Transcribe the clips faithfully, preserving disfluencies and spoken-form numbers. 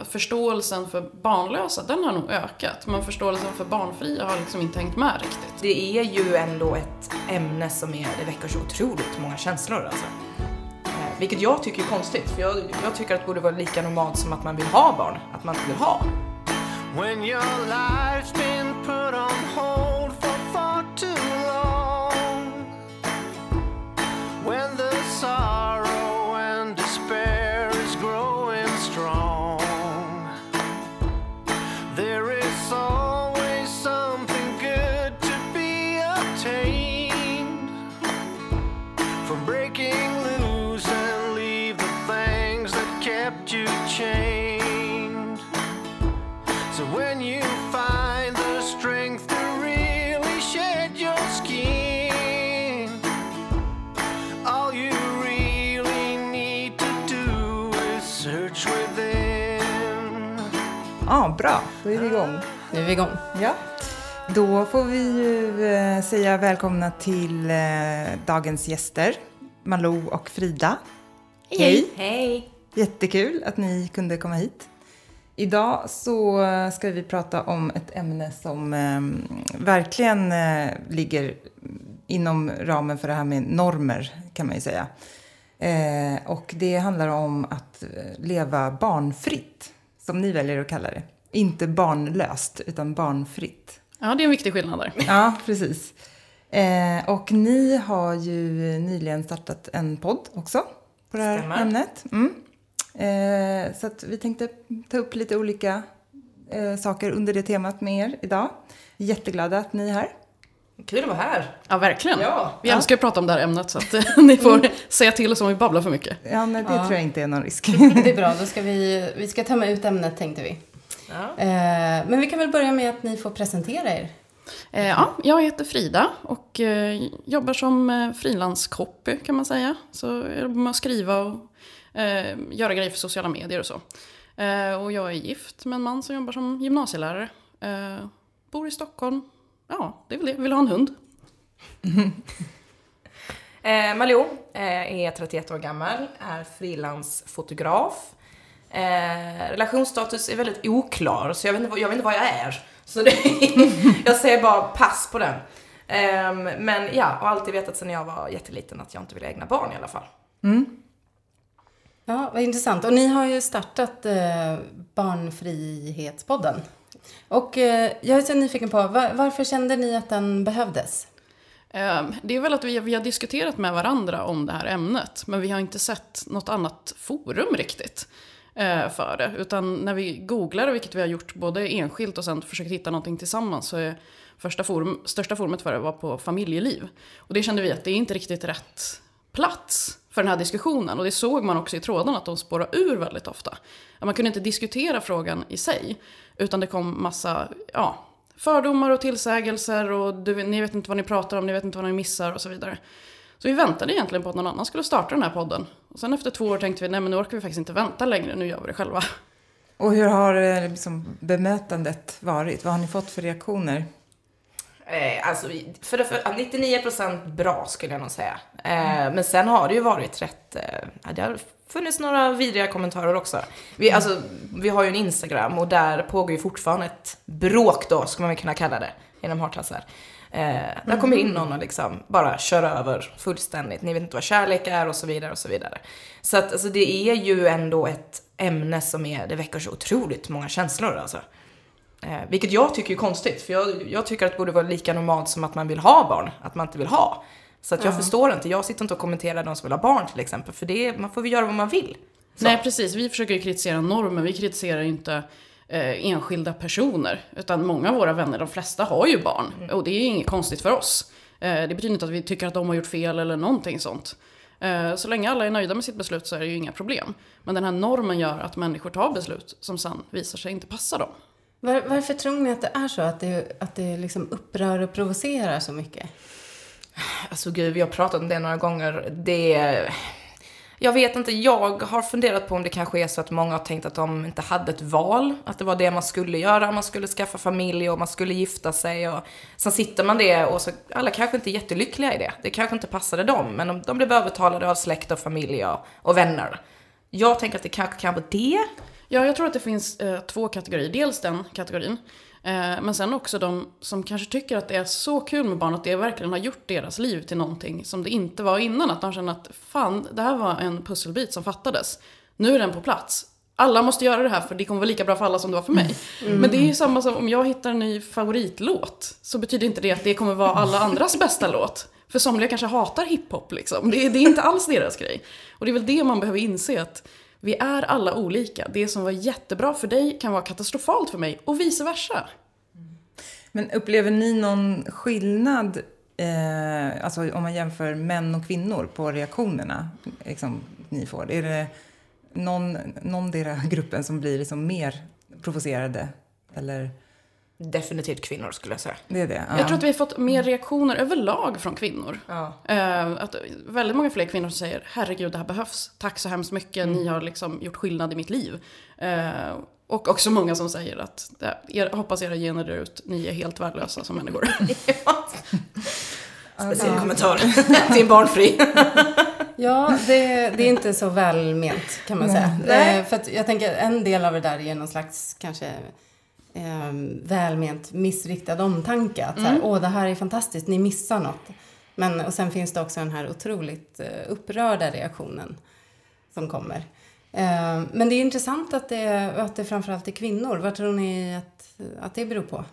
att förståelsen för barnlösa, den har nog ökat. Men förståelsen för barnfria har liksom inte hängt med riktigt. Det är ju ändå ett ämne som är, det väcker så otroligt många känslor alltså. Eh, vilket jag tycker är konstigt. För jag, jag tycker att det borde vara lika normalt som att man vill ha barn. Att man inte vill ha. When your life's been put on hold for far too long, when the sorrow and despair is growing strong, there is always something good to be obtained from breaking loose and leave the things that kept you chained. So when you find the strength to really shed your skin, all you really need to do is search within. Ja, bra. Då är vi igång. Nu är vi igång. Ja. Då får vi ju eh, säga välkomna till eh, dagens gäster, Malou och Frida. Hej. Hej! Jättekul att ni kunde komma hit. Idag så ska vi prata om ett ämne som eh, verkligen eh, ligger inom ramen för det här med normer, kan man ju säga. Eh, och det handlar om att leva barnfritt, som ni väljer att kalla det. Inte barnlöst, utan barnfritt. Ja, det är en viktig skillnad där. Ja, precis. Eh, och ni har ju nyligen startat en podd också på det här Stämmer. ämnet. Mm. Eh, så att vi tänkte ta upp lite olika eh, saker under det temat med er idag. Jätteglada att ni är här. Kul att vara här. Ja, verkligen. Ja. Vi älskar att prata om det här ämnet så att ni får säga till oss om vi babblar för mycket. Ja, nej, det Ja. tror jag inte är någon risk. Det är bra, då ska vi, vi ska ta med ut ämnet, tänkte vi. Ja. Eh, men vi kan väl börja med att ni får presentera er. Eh, ja, jag heter Frida och eh, jobbar som eh, frilanscopy kan man säga. Så jag jobbar med att skriva och eh, göra grejer för sociala medier och så. Eh, och jag är gift med en man som jobbar som gymnasielärare. Eh, bor i Stockholm. Ja, det är väl det. Vill ha en hund. Eh, Malou eh, är trettioett år gammal, är frilansfotograf. Eh, relationsstatus är väldigt oklar, så jag vet inte, vad- jag vet inte vad jag är. Så det, jag säger bara pass på den. Eh, men ja, och alltid vetat sedan jag var jätteliten att jag inte vill ha egna barn i alla fall. Mm. Ja, vad intressant. Och ni har ju startat eh, Barnfrihetspodden. Och eh, jag är så nyfiken på, var, varför kände ni att den behövdes? Eh, det är väl att vi, vi har diskuterat med varandra om det här ämnet. Men vi har inte sett något annat forum riktigt eh, för det. Utan när vi googlar, vilket vi har gjort både enskilt och sen försökt hitta någonting tillsammans, så är första forum, största forumet för det var på familjeliv. Och det kände vi att det är inte riktigt rätt plats för den här diskussionen. Och det såg man också i tråden att de spårar ur väldigt ofta. Man kunde inte diskutera frågan i sig, utan det kom massa ja, fördomar och tillsägelser och du, ni vet inte vad ni pratar om, ni vet inte vad ni missar och så vidare. Så vi väntade egentligen på att någon annan skulle starta den här podden. Och sen efter två år tänkte vi, nej men nu orkar vi faktiskt inte vänta längre, nu gör vi det själva. Och hur har eh, liksom, bemötandet varit? Vad har ni fått för reaktioner? Eh, alltså, vi- för, det, för nittionio procent bra skulle jag nog säga. Eh, men sen har det ju varit rätt... Eh, ja, det har funnits några vidriga kommentarer också. Vi, alltså, vi har ju en Instagram och där pågår ju fortfarande ett bråk då, ska man väl kunna kalla det, inom hartassar. Eh, där kommer in någon och liksom bara kör över fullständigt. Ni vet inte vad kärlek är och så vidare och så vidare. Så att alltså, det är ju ändå ett ämne som är, det väcker så otroligt många känslor alltså. Eh, vilket jag tycker är konstigt. För jag, jag tycker att det borde vara lika normalt som att man vill ha barn. Att man inte vill ha. Så att jag Ja. förstår inte. Jag sitter inte och kommenterar de som vill ha barn till exempel. För det, man får väl göra vad man vill. Så. Nej precis, vi försöker ju kritisera normer, vi kritiserar inte eh, enskilda personer. Utan många av våra vänner, de flesta har ju barn. Och det är inget konstigt för oss. Eh, det betyder inte att vi tycker att de har gjort fel eller någonting sånt. Eh, så länge alla är nöjda med sitt beslut så är det ju inga problem. Men den här normen gör att människor tar beslut som sen visar sig inte passa dem. Var, varför tror ni att det är så? Att det, att det liksom upprör och provocerar så mycket? Alltså gud, vi har pratat om det några gånger. Det... Jag vet inte, jag har funderat på om det kanske är så att många har tänkt att de inte hade ett val. Att det var det man skulle göra, man skulle skaffa familj och man skulle gifta sig. Och sen sitter man det och så, alla kanske inte är jättelyckliga i det. Det kanske inte passade dem, men de, de blev övertalade av släkt och familj och, och vänner. Jag tänker att det kanske kan vara det. Ja, jag tror att det finns eh, två kategorier. Dels den kategorin. Eh, men sen också de som kanske tycker att det är så kul med barn att det verkligen har gjort deras liv till någonting som det inte var innan. Att de känner att fan, det här var en pusselbit som fattades. Nu är den på plats. Alla måste göra det här för det kommer vara lika bra för alla som det var för mig. Mm. Men det är ju samma som om jag hittar en ny favoritlåt. Så betyder inte det att det kommer vara alla andras bästa låt. För somliga kanske hatar hiphop liksom. Det, det är inte alls deras grej. Och det är väl det man behöver inse att vi är alla olika. Det som var jättebra för dig kan vara katastrofalt för mig och vice versa. Men upplever ni någon skillnad, eh, alltså om man jämför män och kvinnor på reaktionerna liksom, ni får? Är det någon, någon del av gruppen som blir liksom mer provocerade? Eller? Definitivt kvinnor skulle jag säga. Det är det. Ja. Jag tror att vi har fått mer reaktioner överlag från kvinnor. Ja. Uh, att väldigt många fler kvinnor som säger herregud det här behövs. Tack så hemskt mycket, mm. ni har liksom gjort skillnad i mitt liv. Uh, och också många som säger att jag hoppas era gener där ut, ni är helt värdelösa som människor. Speciell ja. kommentar till en barnfri. Ja, det, det är inte så välment kan man säga. Nej. Eh, för att jag tänker en del av det där är någon slags kanske eh, välment missriktad omtanke. Att så här, åh det här är fantastiskt, ni missar något. Men, och sen finns det också den här otroligt eh, upprörda reaktionen som kommer. Eh, men det är intressant att det, att det framförallt är kvinnor. Vad tror ni att, att det beror på?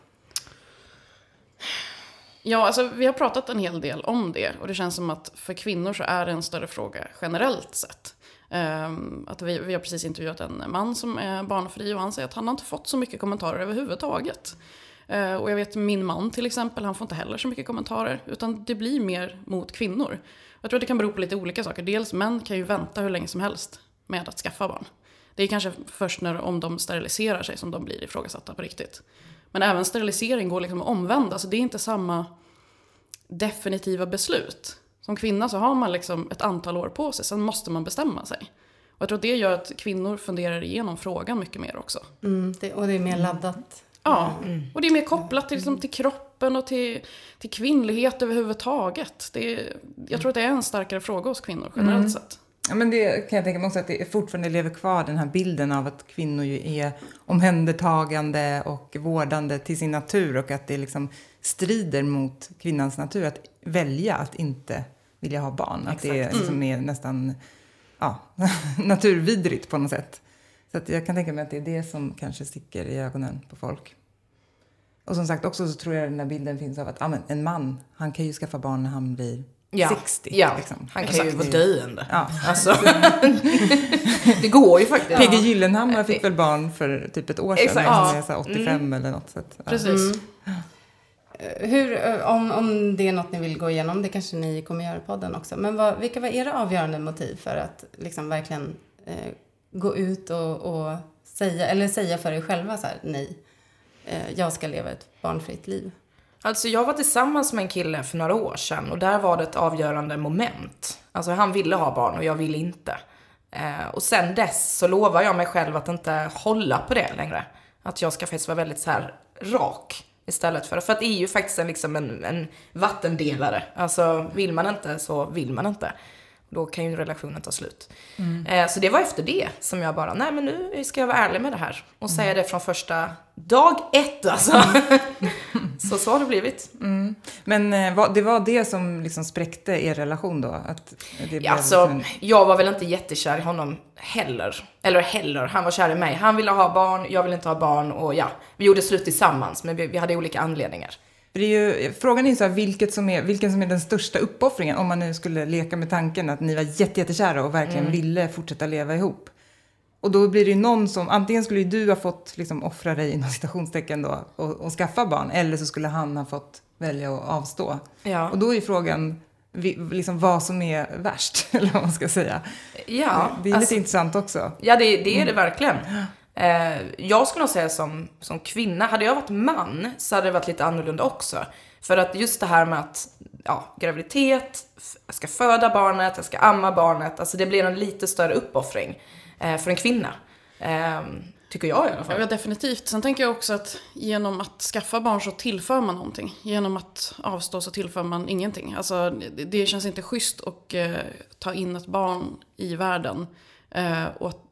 Ja, alltså vi har pratat en hel del om det och det känns som att för kvinnor så är det en större fråga generellt sett. Um, att vi, vi har precis intervjuat en man som är barnfri och han säger att han har inte fått så mycket kommentarer överhuvudtaget. Uh, och jag vet min man till exempel, han får inte heller så mycket kommentarer utan det blir mer mot kvinnor. Jag tror att det kan bero på lite olika saker. Dels män kan ju vänta hur länge som helst med att skaffa barn. Det är kanske först när om de steriliserar sig som de blir ifrågasatta på riktigt. Men även sterilisering går liksom att omvända. Så det är inte samma definitiva beslut. Som kvinna så har man liksom ett antal år på sig. Sen måste man bestämma sig. Och jag tror att det gör att kvinnor funderar igenom frågan mycket mer också. Mm, det, och det är mer laddat. Ja, och det är mer kopplat till, liksom, till kroppen och till, till kvinnlighet överhuvudtaget. Det är, jag tror att det är en starkare fråga hos kvinnor generellt mm. sett. Ja, men det kan jag tänka mig också att det fortfarande lever kvar den här bilden av att kvinnor ju är omhändertagande och vårdande till sin natur och att det liksom strider mot kvinnans natur att välja att inte vilja ha barn. Exakt. Att det liksom är nästan ja, naturvidrigt på något sätt. Så att jag kan tänka mig att det är det som kanske sticker i ögonen på folk. Och som sagt också så tror jag att den här bilden finns av att ja, men en man, han kan ju skaffa barn när han blir Ja, sextio, ja. Liksom. Han kan ju vara döende. Ja. Alltså, det går ju faktiskt. P G Gyllenhammar fick väl barn för typ ett år sedan. Exakt. Han är Ja. så åttiofem mm. eller något. Så att, ja. Precis. Mm. Hur, om, om det är något ni vill gå igenom, det kanske ni kommer göra i podden också. Men vad, vilka var era avgörande motiv för att liksom verkligen eh, gå ut och, och säga, eller säga för er själva så här, nej, eh, jag ska leva ett barnfritt liv? Alltså jag var tillsammans med en kille för några år sedan och där var det ett avgörande moment. Alltså han ville ha barn och jag ville inte. Eh, och sen dess så lovar jag mig själv att inte hålla på det längre. Att jag ska faktiskt vara väldigt så här rak istället för. För att det är ju faktiskt en, liksom en, en vattendelare. Alltså vill man inte så vill man inte. Då kan ju relationen ta slut. Mm. Eh, så det var efter det som jag bara, nej men nu ska jag vara ärlig med det här. Och mm. säga det från första dag ett alltså. Mm. så så har det blivit. Mm. Men eh, vad, det var det som liksom spräckte er relation då? Att det blev ja, alltså, liksom... jag var väl inte jättekär i honom heller. Eller heller, han var kär i mig. Han ville ha barn, jag ville inte ha barn. Och ja, vi gjorde slut tillsammans men vi, vi hade olika anledningar. Det är ju, frågan är ju så här, vilket som är, vilken som är den största uppoffringen om man nu skulle leka med tanken att ni var jätte, jättekära och verkligen mm. ville fortsätta leva ihop. Och då blir det ju någon som, antingen skulle ju du ha fått liksom offra dig inom citationstecken då och, och skaffa barn, eller så skulle han ha fått välja att avstå. Ja. Och då är ju frågan liksom vad som är värst, eller vad man ska säga. Ja, det är alltså, lite intressant också. Ja, det, det är det verkligen. Eh, jag skulle nog säga som, som kvinna, hade jag varit man så hade det varit lite annorlunda också. För att just det här med att ja, graviditet, jag ska föda barnet, jag ska amma barnet, alltså det blir en lite större uppoffring eh, för en kvinna. Eh, tycker jag i alla fall. Ja, definitivt. Sen tänker jag också att genom att skaffa barn så tillför man någonting. Genom att avstå så tillför man ingenting. Alltså det, det känns inte schysst att eh, ta in ett barn i världen eh, och att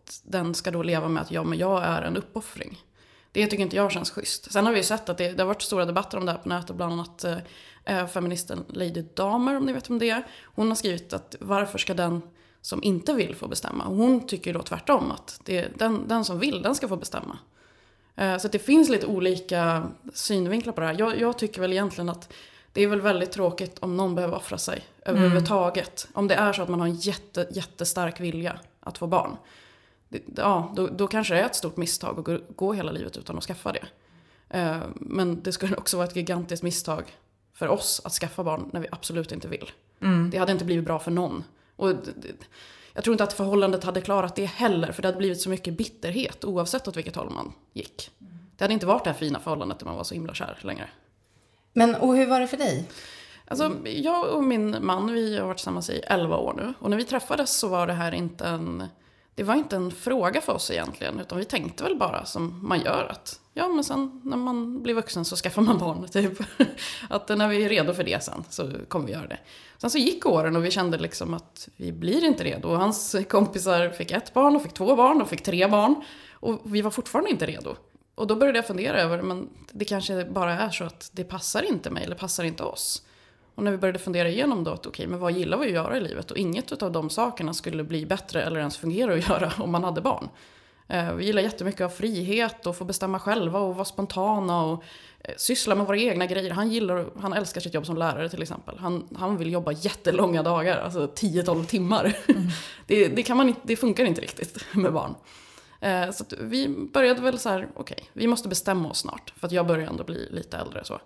att den ska då leva med att ja, men jag är en uppoffring. Det tycker inte jag känns schysst. Sen har vi ju sett att det, det har varit stora debatter om det här på nätet. Bland annat eh, feministen Lady Damer, om ni vet om det är. Hon har skrivit att varför ska den som inte vill få bestämma? Hon tycker då tvärtom att det, den, den som vill, den ska få bestämma. Eh, så att det finns lite olika synvinklar på det här. Jag, jag tycker väl egentligen att det är väl väldigt tråkigt om någon behöver offra sig överhuvudtaget. Mm. Om det är så att man har en jätte, jättestark vilja att få barn. Det, ja, då, då kanske det är ett stort misstag att gå, gå hela livet utan att skaffa det. Eh, men det skulle också vara ett gigantiskt misstag för oss att skaffa barn när vi absolut inte vill. Mm. Det hade inte blivit bra för någon. Och det, det, jag tror inte att förhållandet hade klarat det heller. För det hade blivit så mycket bitterhet oavsett åt vilket håll man gick. Det hade inte varit det här fina förhållandet där man var så himla kär längre. Men och hur var det för dig? Alltså, jag och min man, vi har varit tillsammans i elva år nu. Och när vi träffades så var det här inte en... Det var inte en fråga för oss egentligen. Utan vi tänkte väl bara som man gör att... Ja, men sen när man blir vuxen så skaffar man barn, typ. Att när vi är redo för det sen så kommer vi göra det. Sen så gick åren och vi kände liksom att vi blir inte redo. Och hans kompisar fick ett barn och fick två barn och fick tre barn. Och vi var fortfarande inte redo. Och då började jag fundera över, men det kanske bara är så att det passar inte mig eller passar inte oss. Och när vi började fundera igenom då att okej, men vad gillar vi att göra i livet? Och inget av de sakerna skulle bli bättre eller ens fungera att göra om man hade barn. Eh, vi gillar jättemycket av frihet och få bestämma själva och vara spontana och eh, syssla med våra egna grejer. Han gillar, han älskar sitt jobb som lärare till exempel. Han, han vill jobba jättelånga dagar, alltså tio till tolv timmar. Mm. det, det, kan man inte, det funkar inte riktigt med barn. Eh, så att vi började väl så här, okej, okay, vi måste bestämma oss snart. För att jag börjar ändå bli lite äldre så.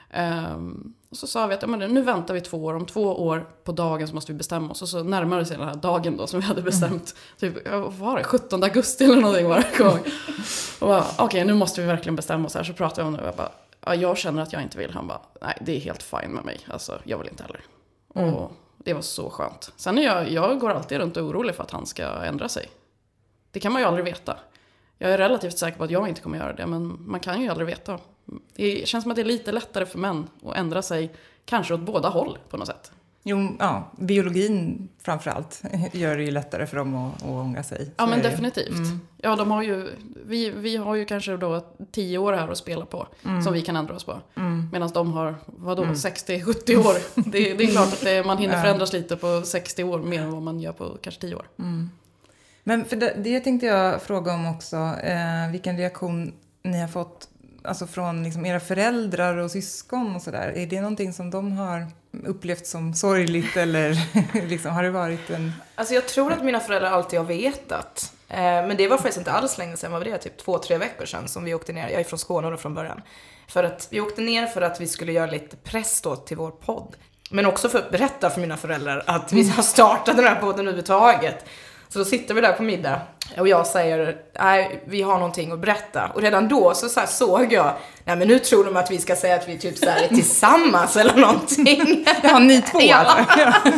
Um, och så sa vi att ja, men nu väntar vi två år. Om två år på dagen så måste vi bestämma oss. Och så närmare det sig den här dagen då som vi hade bestämt. Mm. Typ, vad var det? sjuttonde augusti eller någonting var det. Och bara, okej, okay, nu måste vi verkligen bestämma oss här. Så pratade vi om det och jag bara, ja, jag känner att jag inte vill. Han bara, nej, det är helt fine med mig. Alltså, jag vill inte heller. Mm. Och det var så skönt. Sen är jag, jag går alltid runt och orolig för att han ska ändra sig. Det kan man ju aldrig veta. Jag är relativt säker på att jag inte kommer göra det. Men man kan ju aldrig veta. Det känns som att det är lite lättare för män att ändra sig. Kanske åt båda håll på något sätt. Jo, ja, biologin framförallt gör det ju lättare för dem att, att ångra sig. Ja, men definitivt. Mm. Ja, de har ju, vi, vi har ju kanske då tio år här att spela på. Mm. Som vi kan ändra oss på. Mm. Medan de har, vadå, mm. sextio till sjuttio år. det, det är klart att det, man hinner förändras lite på sextio år. Mer än vad man gör på kanske tio år. Mm. Men för det, det tänkte jag fråga om också. Eh, vilken reaktion ni har fått alltså från liksom era föräldrar och syskon och sådär. Är det någonting som de har upplevt som sorgligt eller liksom, har det varit en... Alltså jag tror att mina föräldrar alltid har vetat. Eh, men det var faktiskt inte alls länge sedan. Vad var det? Typ två, tre veckor sedan som vi åkte ner. Jag är från Skåne då från början. För att vi åkte ner för att vi skulle göra lite press då till vår podd. Men också för att berätta för mina föräldrar att vi har startat den här podden överhuvudtaget. Så då sitter vi där på middag och jag säger, nej, vi har någonting att berätta. Och redan då så, så här såg jag, nej men nu tror de att vi ska säga att vi typ så här är tillsammans eller någonting. Ja, ni två ja. alltså.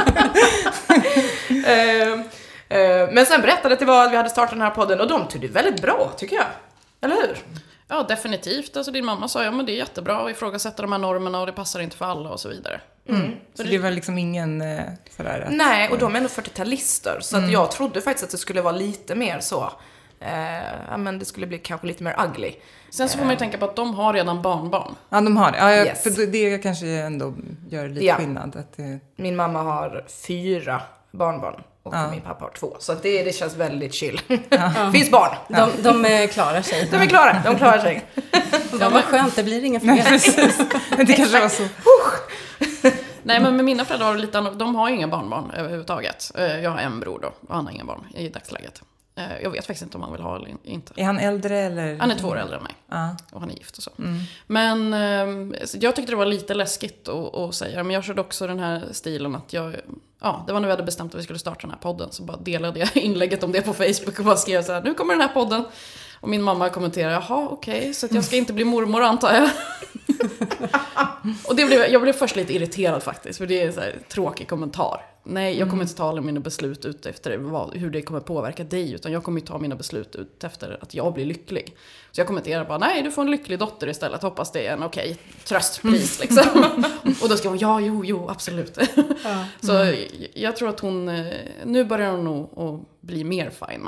uh, uh, men sen berättade att det var att vi hade startat den här podden och de tog det väldigt bra, tycker jag. Eller hur? Ja, definitivt. Alltså din mamma sa, ja men det är jättebra att ifrågasätta de här normerna och det passar inte för alla och så vidare. Mm. Mm. Så det var liksom ingen eh, sådär att, nej, och de är ändå fyrtiotalister. Så mm. att jag trodde faktiskt att det skulle vara lite mer så. Eh, ja, men det skulle bli kanske lite mer ugly. Sen så får man ju tänka på att de har redan barnbarn. Ja, de har det. Ja, yes. För det kanske ändå gör lite ja. skillnad. Att det... Min mamma har fyra barnbarn. Och ja. min pappa har två. Så det, det känns väldigt chill. Ja. Finns barn. De, de är klarar sig. De är klara. De klarar sig. Ja, vad skönt. Det blir inga fler. Precis. Det kanske var så. Nej, men med mina föräldrar har lite, de har inga barnbarn överhuvudtaget. Jag har en bror då, och han har inga barn i dagsläget. Jag vet faktiskt inte om han vill ha eller inte. Är han äldre eller? Han är två år äldre än mig. Ah. Och han är gift och så. Mm. Men jag tyckte det var lite läskigt att, att säga. Men jag körde också den här stilen att jag... Ja, det var när vi hade bestämt att vi skulle starta den här podden. Så bara delade jag inlägget om det på Facebook och bara skrev så här, nu kommer den här podden. Och min mamma kommenterade, jaha okej, okay, så att jag ska inte bli mormor antar jag. Och det blev, jag blev först lite irriterad faktiskt. För det är en så här tråkig kommentar. Nej, jag kommer inte ta mina beslut ut efter vad, hur det kommer påverka dig. Utan jag kommer ta mina beslut ut efter att jag blir lycklig. Så jag kommenterar bara, nej du får en lycklig dotter istället. Hoppas det är en okej okay, tröstpris liksom. Och då ska hon, ja jo, jo, absolut. Ja. Så jag tror att hon, nu börjar hon nog att bli mer fin med det.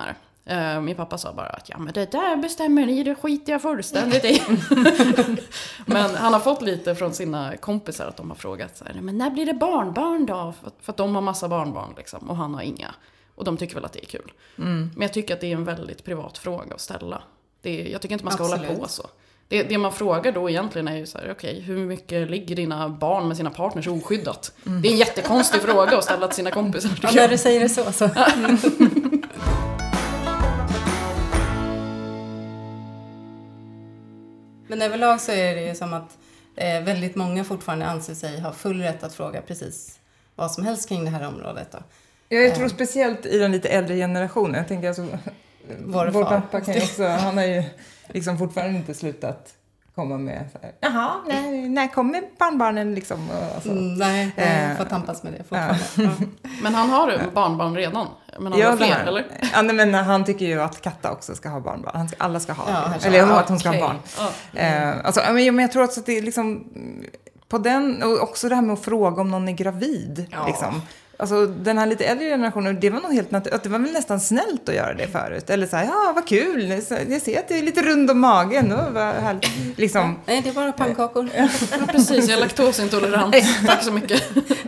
Uh, min pappa sa bara att ja men det där bestämmer ni, det skiter jag fullständigt i. Men han har fått lite från sina kompisar att de har frågat så här, men när blir det barnbarn då? För, för att de har massa barnbarn liksom, och han har inga. Och de tycker väl att det är kul. Mm. Men jag tycker att det är en väldigt privat fråga att ställa. Det är, jag tycker inte man ska Absolut. hålla på så. Det, det man frågar då egentligen är ju så här, okej, okay, hur mycket ligger dina barn med sina partners oskyddat? Mm. Det är en jättekonstig fråga att ställa till sina kompisar. Ja, när du säger det så. så. Men överlag så är det ju som att eh, väldigt många fortfarande anser sig ha full rätt att fråga precis vad som helst kring det här området då. Ja, jag tror eh. speciellt i den lite äldre generationen. Jag tänker alltså, vår, vår pappa kan ju också, han har ju liksom fortfarande inte slutat komma med så här, jaha, när, när kommer barnbarnen liksom? Alltså, mm, nej, jag får tampas med det fortfarande. Ja. Ja. Men han har barnbarn redan? Men han ja, har fler, han, eller? Ja, men han tycker ju att Katta också ska ha barnbarn. Han ska, alla ska ha ja, det. Eller ja, att hon ska okay. ha barn. Ja. Eh, alltså, men, men jag tror också att det är liksom på den, och också det här med att fråga om någon är gravid. Ja. Liksom. Alltså den här lite äldre generationen, det var nog helt naturligt, det var väl nästan snällt att göra det förut. Eller så här, ja vad kul, jag ser att det är lite rund om magen. Oh, vad härligt. Liksom. Nej, det är bara pannkakor. Ja, precis, jag är laktosintolerant. Tack så mycket.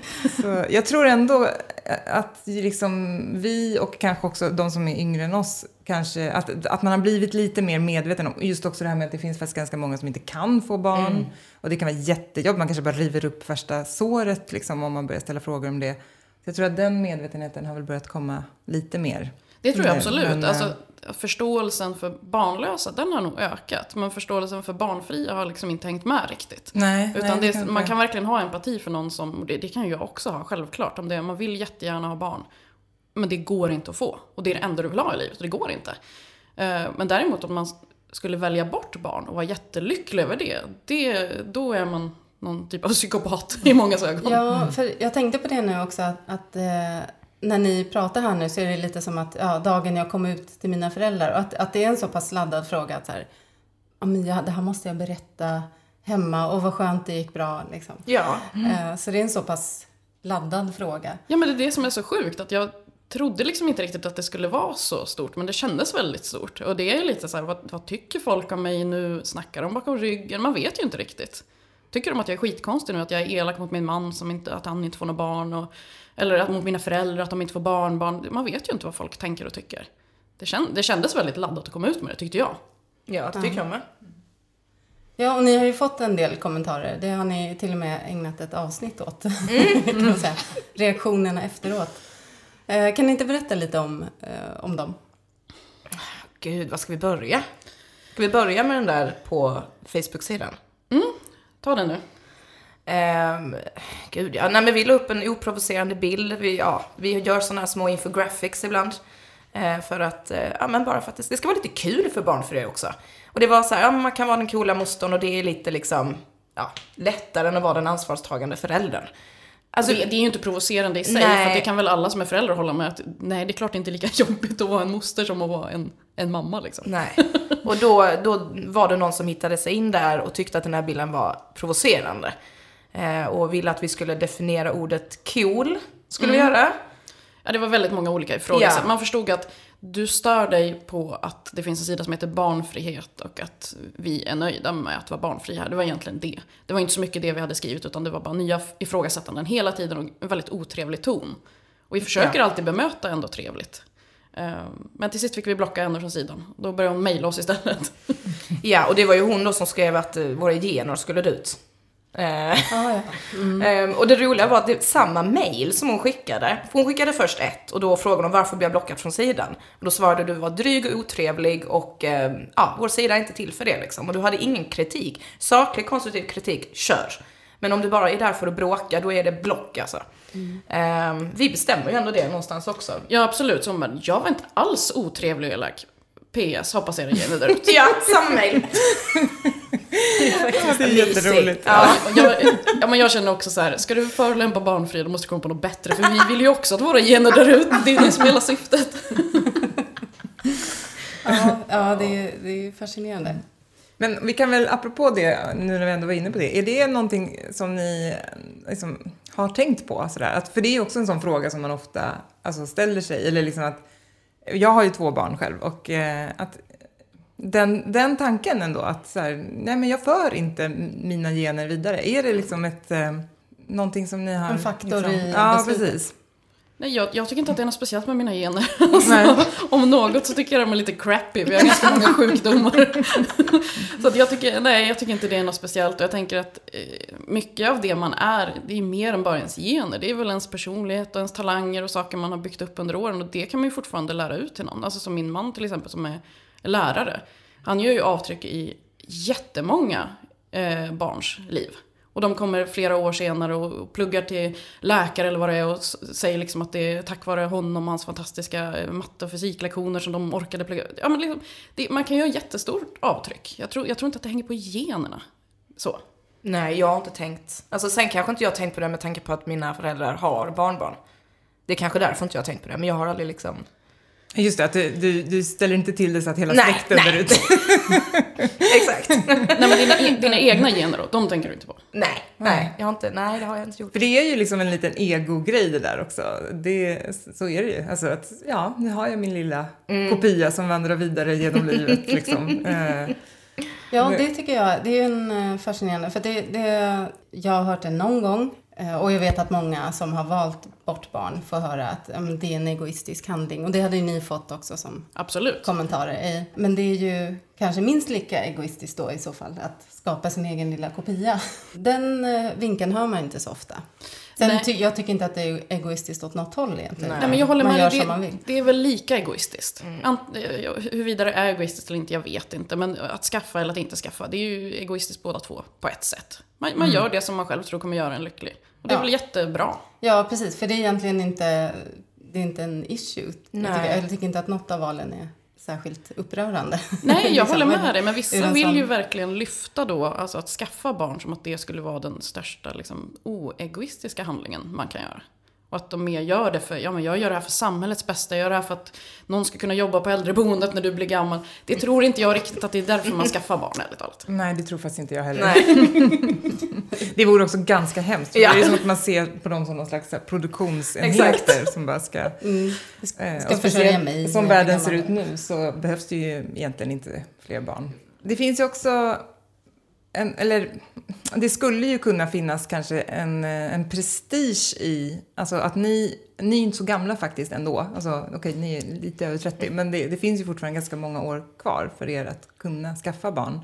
Så jag tror ändå att liksom vi och kanske också de som är yngre än oss, kanske att, att man har blivit lite mer medveten om just också det här med att det finns faktiskt ganska många som inte kan få barn. Mm. Och det kan vara jättejobb, man kanske bara river upp första såret liksom, om man börjar ställa frågor om det. Så jag tror att den medvetenheten har väl börjat komma lite mer. Det tror jag absolut. Men, alltså, förståelsen för barnlösa, den har nog ökat. Men förståelsen för barnfria har liksom inte hängt med riktigt. Nej, Utan nej, det, det man kan verkligen ha empati för någon som, det, det kan ju jag också ha självklart. Om det, man vill jättegärna ha barn. Men det går inte att få. Och det är det enda du vill ha i livet. Och det går inte. Men däremot om man skulle välja bort barn och vara jättelycklig över det. det då är man någon typ av psykopat i många ögon. Ja, för jag tänkte på det nu också. Att, att eh, när ni pratar här nu så är det lite som att ja, dagen jag kom ut till mina föräldrar. Och att, att det är en så pass laddad fråga. Att så här, ja, det här måste jag berätta hemma. Och vad skönt det gick bra. Liksom. Ja. Mm. Eh, så det är en så pass laddad fråga. Ja, men det är det som är så sjukt. Att jag trodde liksom inte riktigt att det skulle vara så stort. Men det kändes väldigt stort. Och det är lite så här, vad, vad tycker folk om mig nu? Snackar de bakom ryggen? Man vet ju inte riktigt. Tycker de att jag är skitkonstig nu? Att jag är elak mot min man, som inte, att han inte får några barn? Och, eller att mot mina föräldrar, att de inte får barnbarn. Man vet ju inte vad folk tänker och tycker. Det, känd, det kändes väldigt laddat att komma ut med det, tyckte jag. Ja, det tycker jag med. Ja, och ni har ju fått en del kommentarer. Det har ni till och med ägnat ett avsnitt åt. Mm. Kan man säga. Reaktionerna efteråt. Eh, kan ni inte berätta lite om, eh, om dem? Gud, vad ska vi börja? Ska vi börja med den där på Facebook-sidan? Mm, ta den nu. Um, gud, ja. Nej, men vi la upp en oprovocerande bild. Vi, ja, vi gör såna här små infographics ibland. Uh, för att, uh, ja, men bara för att det, det ska vara lite kul för barn för det också. Och det var så här, ja, man kan vara den coola mostern och det är lite liksom, ja, lättare än att vara den ansvarstagande föräldern. Alltså, det, det är ju inte provocerande i sig, nej. För det kan väl alla som är föräldrar hålla med att nej, det är klart inte lika jobbigt att vara en moster som att vara en, en mamma liksom. Nej, och då, då var det någon som hittade sig in där och tyckte att den här bilden var provocerande. Eh, och ville att vi skulle definiera ordet cool, skulle mm. vi göra. Ja, det var väldigt många olika frågor. Ja. Man förstod att du stör dig på att det finns en sida som heter barnfrihet och att vi är nöjda med att vara barnfri här. Det var egentligen det. Det var inte så mycket det vi hade skrivit, utan det var bara nya ifrågasättanden hela tiden och en väldigt otrevlig ton. Och vi försöker ja. alltid bemöta ändå trevligt. Men till sist fick vi blocka henne från sidan. Då började hon mejla oss istället. Ja, och det var ju hon då som skrev att våra gener skulle ut. Eh, ah, ja. mm. eh, och det roliga var att det samma mail som hon skickade. För hon skickade först ett och då frågade hon varför blev jag blockad från sidan. Och då svarade du var dryg och otrevlig och eh, ja, vår sida är inte till för det liksom. Och du hade ingen kritik. Saklig, konstruktiv kritik, kör. Men om du bara är där för att bråka, då är det block alltså. Mm. Eh, vi bestämmer ju ändå det någonstans också. Ja, absolut. Så, men jag var inte alls otrevlig och elak. P S, hoppas era gener där ute. Ja, samma mail. Det är faktiskt det är jätteroligt. Ja. Ja, jag, ja, men jag känner också så här, ska du förolämpa barnfri, då måste du komma på något bättre. För vi vill ju också att våra gener där ute, det är det som är hela syftet. Ja, ja det, är, det är fascinerande. Men vi kan väl, apropå det, nu när vi ändå var inne på det, är det någonting som ni liksom har tänkt på? Sådär? Att, för det är också en sån fråga som man ofta alltså, ställer sig, eller liksom att jag har ju två barn själv och eh, att den, den tanken ändå att så här, nej men jag för inte mina gener vidare. Är det liksom ett, eh, någonting som ni har... En faktor liksom, i ja, beslutet. precis. Nej, jag, jag tycker inte att det är något speciellt med mina gener. Alltså, om något så tycker jag de är lite crappy. Vi har ganska många sjukdomar. Så att jag tycker, nej, jag tycker inte det är något speciellt. Och jag tänker att eh, mycket av det man är, det är mer än bara ens gener. Det är väl ens personlighet och ens talanger och saker man har byggt upp under åren. Och det kan man ju fortfarande lära ut till någon. Alltså som min man till exempel som är lärare. Han gör ju avtryck i jättemånga eh, barns liv. Och de kommer flera år senare och pluggar till läkare eller vad det är och säger liksom att det är tack vare honom och hans fantastiska matte- och fysiklektioner som de orkade plugga. Ja, men liksom, det, man kan göra jättestort avtryck. Jag tror, jag tror inte att det hänger på generna. Så. Nej, jag har inte tänkt. Alltså sen kanske inte jag har tänkt på det med tanke på att mina föräldrar har barnbarn. Det är kanske därför inte jag har tänkt på det, men jag har aldrig liksom... Just det, att du, du, du ställer inte till det så att hela Nej, släkten nej. där ute. Exakt. Nej, men dina, e- dina egna gener då, de tänker du inte på? Nej, nej, jag har inte, nej, det har jag inte gjort. För det är ju liksom en liten ego-grej det där också. Det, så är det ju. Alltså att, ja, nu har jag min lilla Mm. kopia som vandrar vidare genom livet liksom. Eh, Ja, det tycker jag. Det är ju en eh, fascinerande. För det, det, jag har hört det någon gång. eh, Och jag vet att många som har valt bort barn får höra att ja, men det är en egoistisk handling. Och det hade ju ni fått också som Absolut. kommentarer i. Men det är ju kanske minst lika egoistiskt då i så fall. Att skapa sin egen lilla kopia. Den eh, vinkeln hör man inte så ofta. Sen ty- jag tycker inte att det är egoistiskt åt något håll egentligen. Nej, men jag håller man med gör dig. som man vill. Det, det är väl lika egoistiskt. Ant, eh, huruvida det är egoistiskt eller inte, jag vet inte. Men att skaffa eller att inte skaffa, det är ju egoistiskt båda två på ett sätt. Man, man gör det som man själv tror kommer göra en lycklig. Och det är Ja. väl jättebra. Ja, precis. För det är egentligen inte, det är inte en issue. Jag Nej. tycker, jag tycker inte att något av valen är särskilt upprörande. Nej, jag Liksom. håller med dig. Men vissa Är det vill som- ju verkligen lyfta då, alltså att skaffa barn som att det skulle vara den största liksom, oegoistiska handlingen man kan göra. Och att de mer gör det för, ja men jag gör det här för samhällets bästa, jag gör det här för att någon ska kunna jobba på äldreboendet när du blir gammal. Det tror inte jag riktigt att det är därför man skaffar barn, ärligt talat. nej, det tror faktiskt inte jag heller. Nej. Det vore också ganska hemskt. För Ja. Det är som att man ser på dem som någon slags så här, produktionsenheter som bara ska... Mm. Eh, Ska och försörja speciellt mig som när jag världen är ser ut gammal. nu så behövs det ju egentligen inte fler barn. Det finns ju också en, eller det skulle ju kunna finnas kanske en, en prestige i, alltså att ni, ni är inte så gamla faktiskt ändå, alltså okej, ni är lite över trettio, men det, det finns ju fortfarande ganska många år kvar för er att kunna skaffa barn.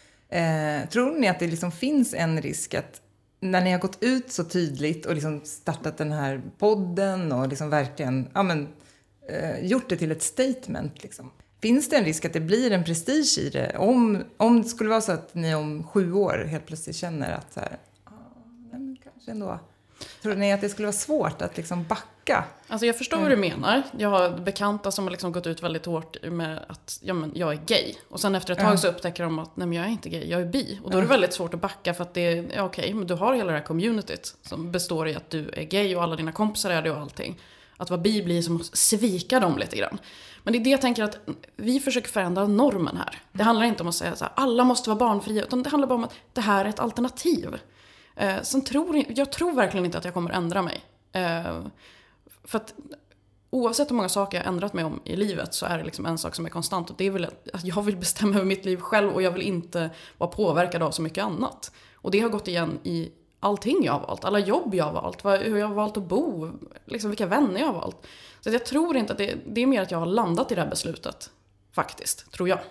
Eh, tror ni att det liksom finns en risk att när ni har gått ut så tydligt och liksom startat den här podden och liksom verkligen ja, men, eh, gjort det till ett statement liksom. Finns det en risk att det blir en prestige i det? Om, om det skulle vara så att ni om sju år helt plötsligt känner att så här, ah, nej, men kanske ändå. Tror ni att det skulle vara svårt att liksom backa? Alltså jag förstår vad du menar. Jag har bekanta som har liksom gått ut väldigt hårt med att ja, men jag är gay. Och sen efter ett tag Ja. så upptäcker de att nej men jag är inte gay, jag är bi. Och då är det väldigt svårt att backa för att det är ja, okej, men du har hela det här communityt som består i att du är gay och alla dina kompisar är det och allting. Att vara bi blir som att svika dem lite grann. Men det är det jag tänker att vi försöker förändra normen här. Det handlar inte om att säga så här, alla måste vara barnfria, utan det handlar bara om att det här är ett alternativ. Eh, sen tror jag tror verkligen inte att jag kommer ändra mig. Eh, för att oavsett hur många saker jag har ändrat mig om i livet så är det liksom en sak som är konstant. Och det är väl att jag vill bestämma över mitt liv själv och jag vill inte vara påverkad av så mycket annat. Och det har gått igen i allting jag har valt. Alla jobb jag har valt. vad- Hur jag har valt att bo. Liksom vilka vänner jag har valt. Så att jag tror inte att det, det är mer att jag har landat i det här beslutet. Faktiskt, tror jag.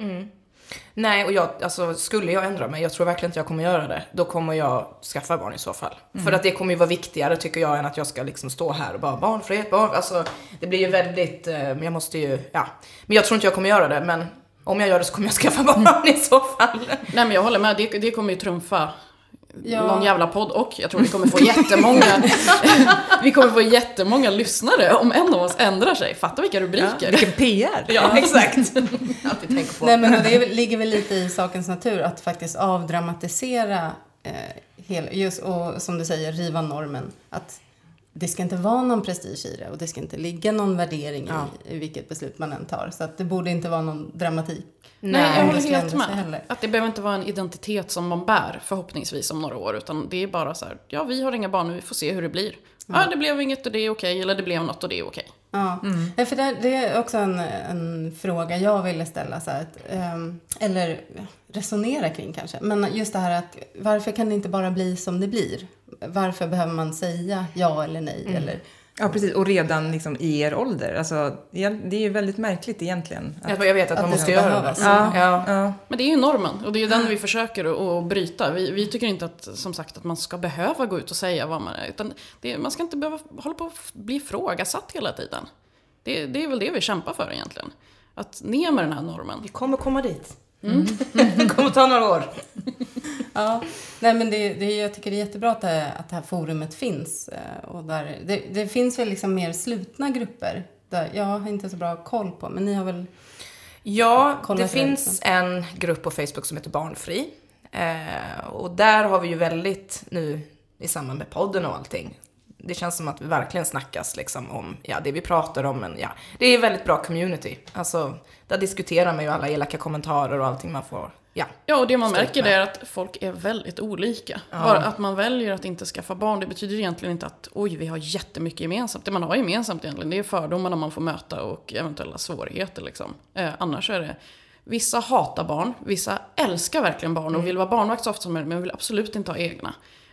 Nej, och jag, alltså, skulle jag ändra mig, jag tror verkligen inte jag kommer göra det. Då kommer jag skaffa barn i så fall. För att det kommer ju vara viktigare tycker jag än att jag ska liksom stå här och bara barnfrihet, barn. Alltså, det blir ju väldigt, eh, men jag måste ju, ja. Men jag tror inte jag kommer göra det, men om jag gör det så kommer jag skaffa barn i så fall. Nej men jag håller med, det, det kommer ju trumfa Ja. någon jävla podd och jag tror vi kommer få jättemånga vi kommer få jättemånga lyssnare om en av oss ändrar sig. Fatta vilka rubriker. Vilken P R! Ja, exakt. Alltid tänka på. Nej, men det är väl- ligger väl lite i sakens natur att faktiskt avdramatisera eh, hel, just, och som du säger, riva normen. Att det ska inte vara någon prestige i det och det ska inte ligga någon värdering Ja. i, i vilket beslut man än tar. Så att det borde inte vara någon dramatik. Nej, jag det håller ska helt ändra sig med. heller. Att det behöver inte vara en identitet som man bär förhoppningsvis om några år. Utan det är bara så här, ja vi har inga barn nu, vi får se hur det blir. Ja, det blev inget och det är okej, eller det blev något och det är okej. Ja, mm. ja för det, det är också en, en fråga jag ville ställa. Så här, att, um, eller resonera kring kanske. Men just det här att varför kan det inte bara bli som det blir? Varför behöver man säga ja eller nej? Mm. Eller, ja, precis. Och redan liksom i er ålder. Alltså, det är ju väldigt märkligt egentligen. Att, jag vet att, att man måste göra det. Ja, ja. Ja. Men det är ju normen. Och det är ju den vi försöker att, att bryta. Vi, vi tycker inte att, som sagt, att man ska behöva gå ut och säga vad man är. Utan det, man ska inte behöva hålla på att bli ifrågasatt hela tiden. Det, det är väl det vi kämpar för egentligen. Att ner med den här normen. Vi kommer komma dit. Mm. Det kommer ta några år. Ja, nej men det, det, jag tycker det är jättebra att det, att det här forumet finns. Och där, det, det finns väl liksom mer slutna grupper. Där jag har inte så bra koll på, men ni har väl... Ja, det finns liksom en grupp på Facebook som heter Barnfri. Eh, och där har vi ju väldigt, nu i samband med podden och allting, det känns som att vi verkligen snackas liksom om ja, det vi pratar om. Men ja, det är väldigt bra community. Alltså, där diskuterar man ju alla elaka kommentarer och allting man får. Ja, ja och det man märker det är att folk är väldigt olika. Ja. Bara att man väljer att inte skaffa barn, det betyder egentligen inte att oj, vi har jättemycket gemensamt. Det man har gemensamt egentligen, det är fördomarna man får möta och eventuella svårigheter. Liksom. Eh, annars är det, vissa hatar barn, vissa älskar verkligen barn och vill vara barnvakt så ofta som möjligt, men vill absolut inte ha egna.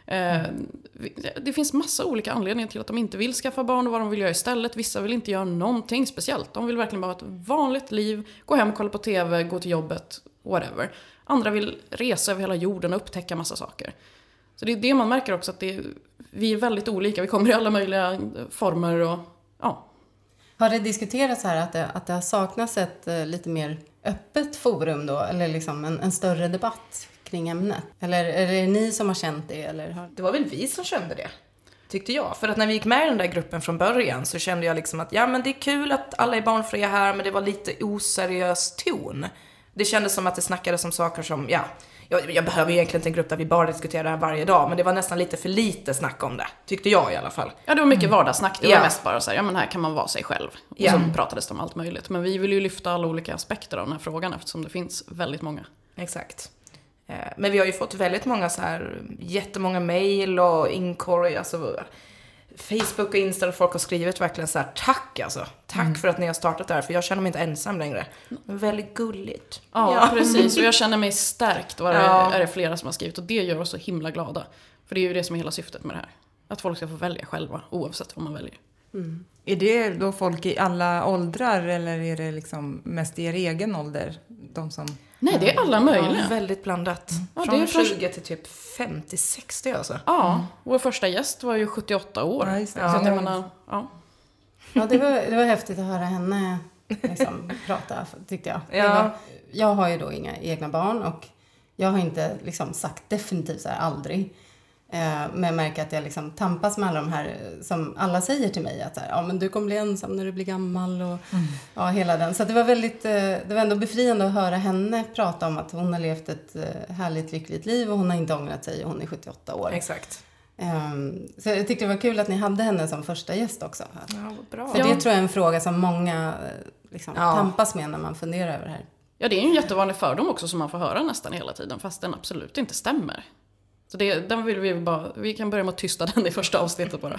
Mm. Det finns massa olika anledningar till att de inte vill skaffa barn och vad de vill göra istället. Vissa vill inte göra någonting speciellt. De vill verkligen bara ha ett vanligt liv, gå hem, kolla på tv, gå till jobbet, whatever. Andra vill resa över hela jorden och upptäcka massa saker. Så det är det man märker också, att det är, vi är väldigt olika. Vi kommer i alla möjliga former och ja. Har det diskuterats här att det, att det har saknats ett uh, lite mer öppet forum då? Eller liksom en, en större debatt kring ämnet? Eller är det ni som har känt det? Eller har... Det var väl vi som kände det, tyckte jag. För att när vi gick med i den där gruppen från början så kände jag liksom att ja, men det är kul att alla är barnfria här, men det var lite oseriös ton. Det kändes som att det snackades om saker som, ja, jag, jag behöver egentligen inte en grupp där vi bara diskuterar det här varje dag, men det var nästan lite för lite snack om det, tyckte jag i alla fall. Ja, det var mycket vardagssnack, det var ja. mest bara så här, ja men här kan man vara sig själv. Och ja. så pratades det om allt möjligt. Men vi vill ju lyfta alla olika aspekter av den här frågan eftersom det finns väldigt många. Exakt. Men vi har ju fått väldigt många så här, jättemånga mejl och inkorg, alltså Facebook och Insta, och folk har skrivit verkligen så här, tack alltså. Tack mm. för att ni har startat det här, för jag känner mig inte ensam längre. Det är väldigt gulligt. Ja, ja, precis. Och jag känner mig stärkt, och det ja. är det flera som har skrivit. Och det gör oss så himla glada. För det är ju det som är hela syftet med det här. Att folk ska få välja själva, oavsett vad man väljer. Mm. Är det då folk i alla åldrar, eller är det liksom mest i er egen ålder? De som... Nej, det är alla möjliga. Ja, väldigt blandat. Mm. Ja, från tjugo till typ femtio sextio alltså. Ja, mm. vår första gäst var ju sjuttioåtta år. Ja, just det. Så att jag menar, ja. Ja, det var, det var häftigt att höra henne liksom, prata, tyckte jag. Ja. Var, jag har ju då inga egna barn och jag har inte liksom, sagt definitivt så här, aldrig. Eh, men jag märker att jag liksom tampas med alla de här som alla säger till mig att så här, ja, men du kommer bli ensam när du blir gammal och mm. ja, hela den. Så det var väldigt, eh, det var ändå befriande att höra henne prata om att hon har levt ett eh, härligt, lyckligt liv och hon har inte ångrat sig och hon är sjuttioåtta år. Exakt. Um, så jag tyckte det var kul att ni hade henne som första gäst också. Ja, vad bra. För det tror jag är en fråga som många liksom, ja. tampas med när man funderar över det här. Ja, det är ju en jättevanlig fördom också som man får höra nästan hela tiden, fast den absolut inte stämmer. Så det, den vill vi bara, vi kan börja med att tysta den i första avsnittet bara.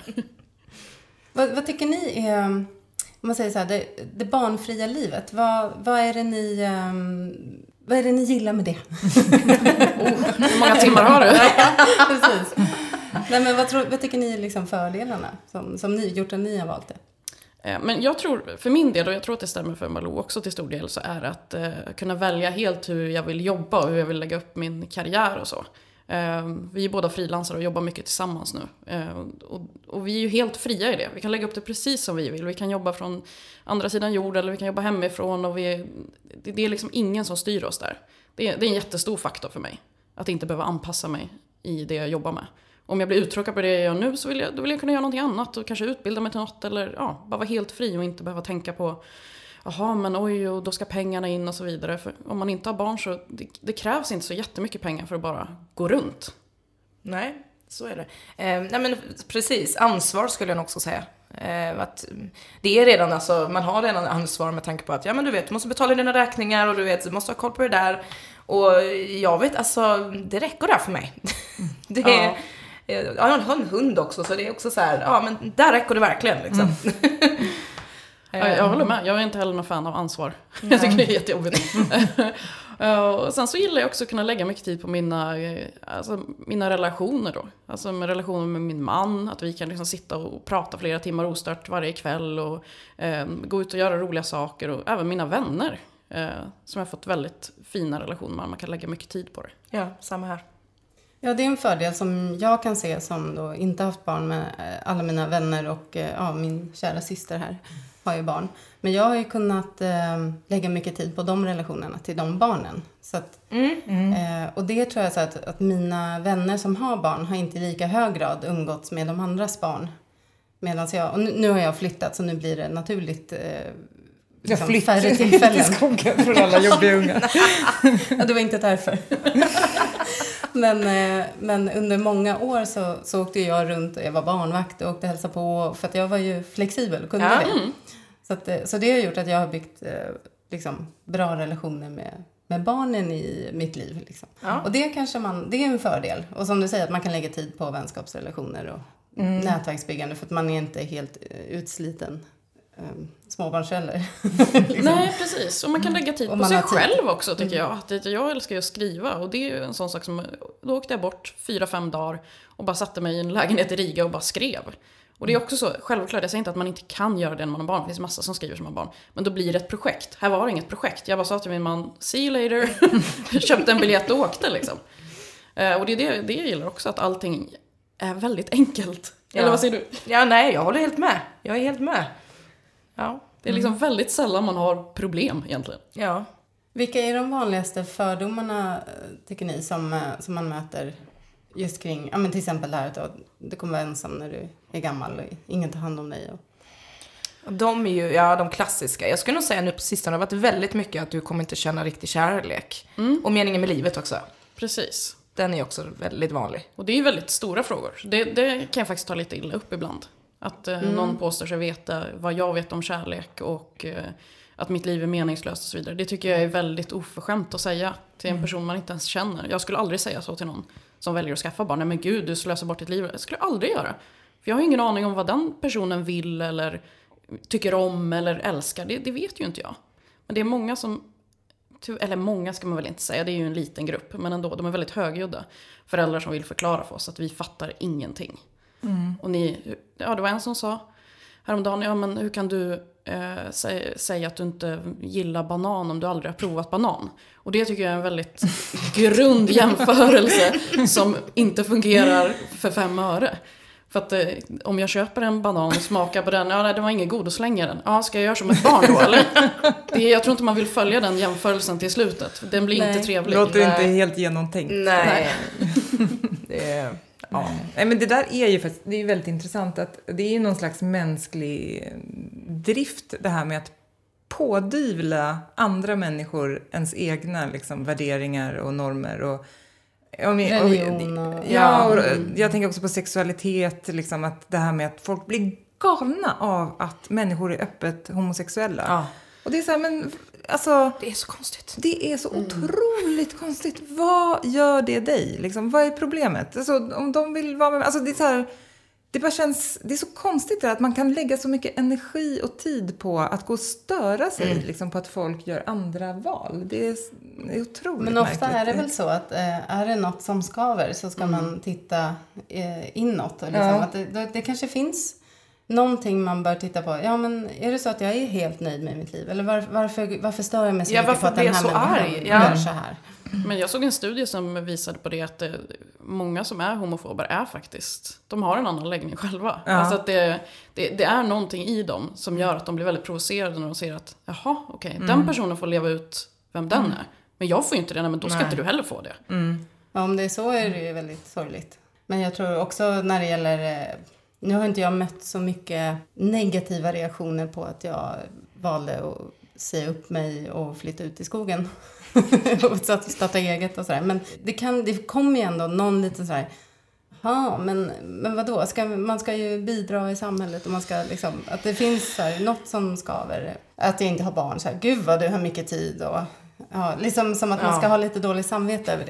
vad, vad tycker ni är, om man säger så här, det, det barnfria livet, vad, vad är det ni, um, vad är det ni gillar med det? oh, hur många timmar har du? Precis. Nej, men vad, tror, vad tycker ni är liksom fördelarna som, som ni gjort att ni har valt det? Men jag tror, för min del, och jag tror att det stämmer för Malou också till stor del, så är det att eh, kunna välja helt hur jag vill jobba och hur jag vill lägga upp min karriär och så. Eh, vi är båda frilansare och jobbar mycket tillsammans nu. Eh, och, och vi är ju helt fria i det. Vi kan lägga upp det precis som vi vill. Vi kan jobba från andra sidan jord eller vi kan jobba hemifrån. Och vi, det, det är liksom ingen som styr oss där. Det är, det är en jättestor faktor för mig. Att inte behöva anpassa mig i det jag jobbar med. Om jag blir uttråkad på det jag gör nu så vill jag, då vill jag kunna göra någonting annat och kanske utbilda mig till något eller ja, bara vara helt fri och inte behöva tänka på jaha, men oj, och då ska pengarna in och så vidare. För om man inte har barn så det, det krävs inte så jättemycket pengar för att bara gå runt. Nej, så är det. Eh, nej men precis, ansvar skulle jag nog också säga. Eh, att det är redan, alltså, man har redan ansvar med tanke på att ja men du vet, du måste betala dina räkningar och du vet, du måste ha koll på det där. Och jag vet, alltså, det räcker där för mig. det är... Ja. Jag har en hund också, så det är också så här, ja men där räcker det verkligen liksom. Mm. Ja, jag håller med. Jag är inte heller någon fan av ansvar. Nej. Jag tycker det är jättejobbigt. Och sen så gillar jag också att kunna lägga mycket tid på mina, alltså mina relationer då. Alltså med relationer med min man. Att vi kan liksom sitta och prata flera timmar ostört varje kväll. Och eh, gå ut och göra roliga saker. Och även mina vänner. Eh, som jag har fått väldigt fina relationer med. Man kan lägga mycket tid på det. Ja, samma här. Ja, det är en fördel som jag kan se som då inte haft barn med alla mina vänner och ja, min kära syster här har ju barn. Men jag har ju kunnat eh, lägga mycket tid på de relationerna till de barnen. Så att, Mm. Mm. eh, och det tror jag så att, att mina vänner som har barn har inte i lika hög grad umgåtts med de andras barn. Medan jag, och nu, nu har jag flyttat så nu blir det naturligt eh, liksom, jag färre tillfällen. till skogen från alla jobbiga unga. Ja, det var inte därför. Men, men under många år så, så åkte jag runt och jag var barnvakt och åkte hälsa på för att jag var ju flexibel och kunde Ja. det. Så, att, så det har gjort att jag har byggt liksom, bra relationer med, med barnen i mitt liv. Liksom. Ja. Och det kanske man, det är en fördel. Och som du säger att man kan lägga tid på vänskapsrelationer och mm. nätverksbyggande för att man är inte helt utsliten. Um, småbarnsförälder. liksom. Nej, precis. Och man kan lägga tid och på sig tid. själv också, tycker jag. Att jag älskar ju att skriva. Och det är ju en sån sak som... Då åkte jag bort fyra, fem dagar och bara satte mig i en lägenhet i Riga och bara skrev. Och det är också så, självklart, jag säger inte att man inte kan göra det när man har barn. Det finns massa som skriver som har barn. Men då blir det ett projekt. Här var det inget projekt. Jag bara sa till min man, see you later. Köpte en biljett och åkte liksom. Uh, och det är det, det jag gillar också, att allting är väldigt enkelt. Ja. Eller vad säger du? Ja, nej, jag håller helt med. Jag är helt med. Ja. Det är liksom väldigt sällan man har problem egentligen. Ja. Vilka är de vanligaste fördomarna, tycker ni, som, som man möter just kring, ja men till exempel det här att du kommer vara ensam när du är gammal och ingen tar hand om dig? Och... De är ju, ja, de klassiska. Jag skulle nog säga nu på sistone har det varit väldigt mycket att du kommer inte känna riktig kärlek. Mm. Och meningen med livet också. Precis. Den är också väldigt vanlig. Och det är ju väldigt stora frågor. Det, det kan jag faktiskt ta lite illa upp ibland. Att eh, mm. någon påstår sig veta vad jag vet om kärlek och eh, att mitt liv är meningslöst och så vidare. Det tycker jag är väldigt oförskämt att säga till en person man inte ens känner. Jag skulle aldrig säga så till någon som väljer att skaffa barn. Nej men gud, du slösar bort ditt liv. Det skulle jag aldrig göra. För jag har ingen aning om vad den personen vill eller tycker om eller älskar. Det, det vet ju inte jag. Men det är många som... Eller många ska man väl inte säga, det är ju en liten grupp. Men ändå, de är väldigt högljudda. Föräldrar som vill förklara för oss att vi fattar ingenting. Mm. Och ni, ja det var en som sa häromdagen, ja men hur kan du eh, sä- säga att du inte gillar banan om du aldrig har provat banan? Och det tycker jag är en väldigt grund jämförelse som inte fungerar för fem öre. För att eh, om jag köper en banan och smakar på den, ja nej, den var ingen god och slänger den. Ja, ska jag göra som ett barn då eller? Det är, jag tror inte man vill följa den jämförelsen till slutet. Den blir nej. inte trevlig. Det låter nej. inte helt genomtänkt. Nej. nej. det är... Ja. Nej, men det där är ju faktiskt, det är väldigt intressant att det är ju någon slags mänsklig drift det här med att pådyvla andra människor ens egna liksom, värderingar och normer och, och, och, religion och, ja, och jag tänker också på sexualitet liksom, att det här med att folk blir galna av att människor är öppet homosexuella. Ja. Och det är så här, men alltså... Det är så konstigt. Det är så otroligt konstigt. Vad gör det dig? Liksom, vad är problemet? Alltså, om de vill vara med... Alltså, det är så här... Det bara känns... Det är så konstigt där, att man kan lägga så mycket energi och tid på att gå och störa sig mm. liksom, på att folk gör andra val. Det är, det är otroligt Men ofta märkligt. är det väl så att eh, är det något som skaver så ska mm. man titta eh, inåt. Och liksom, Ja. att det, det, det kanske finns... Någonting man bör titta på. Ja, men är det så att jag är helt nöjd med mitt liv? Eller var, varför, varför stör jag mig så ja, mycket på att den här så människan ja. gör så här? Men jag såg en studie som visade på det att det, många som är homofober är faktiskt, de har en annan läggning själva. Ja. Alltså att det, det, det är någonting i dem som gör att de blir väldigt provocerade när de ser att jaha, okej, okay, mm. den personen får leva ut vem den är. Men jag får ju inte det, men då ska Nej. inte du heller få det. Mm. Ja, om det är så är det ju väldigt sorgligt. Men jag tror också när det gäller... Nu har inte jag mött så mycket negativa reaktioner på att jag valde att säga upp mig och flytta ut i skogen. Och starta eget och sådär. Men det, kan, det kommer ju ändå någon liten sådär... Ja, men, men vadå? Ska, man ska ju bidra i samhället och man ska liksom... Att det finns så här, något som skaver. Att jag inte har barn. Så här, gud vad du har mycket tid och... Ja, liksom som att man ska ha lite dålig samvete över det.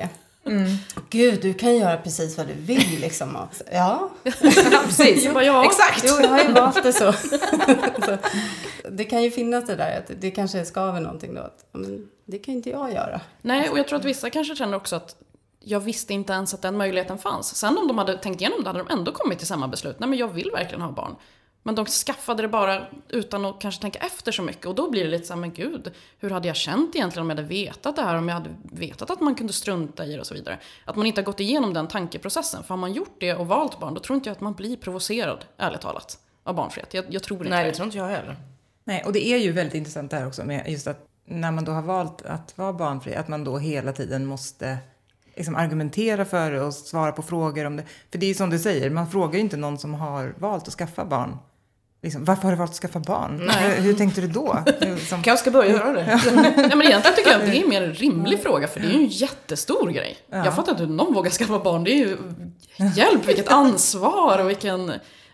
Mm. Gud, du kan göra precis vad du vill liksom. Ja, Ja, precis. Jag bara, ja. Exakt. jo, jag har ju valt det så. så. Det kan ju finnas det där, att det kanske skaver någonting då. Att, men det kan inte jag göra. Nej, och jag tror att vissa kanske känner också att jag visste inte ens att den möjligheten fanns. Sen om de hade tänkt igenom det hade de ändå kommit till samma beslut. Nej, men jag vill verkligen ha barn. Men de skaffade det bara utan att kanske tänka efter så mycket. Och då blir det lite så här, men gud, hur hade jag känt egentligen om jag hade vetat det här? Om jag hade vetat att man kunde strunta i det och så vidare. Att man inte har gått igenom den tankeprocessen. För har man gjort det och valt barn, då tror inte jag att man blir provocerad, ärligt talat, av barnfrihet. Jag, jag tror inte Nej, det. det tror inte jag heller. Nej, och det är ju väldigt intressant där också med just att när man då har valt att vara barnfri, att man då hela tiden måste liksom argumentera för det och svara på frågor om det. För det är ju som du säger, man frågar ju inte någon som har valt att skaffa barn. Liksom, varför har du valt att skaffa barn? Hur, hur tänkte du då? Liksom, Kanske ska börja göra det. Ja, men egentligen tycker jag att det är en mer rimlig fråga, för det är ju en jättestor grej. Ja. Jag fattar inte hur någon vågar skaffa barn. Det är ju hjälp, vilket ansvar och vilken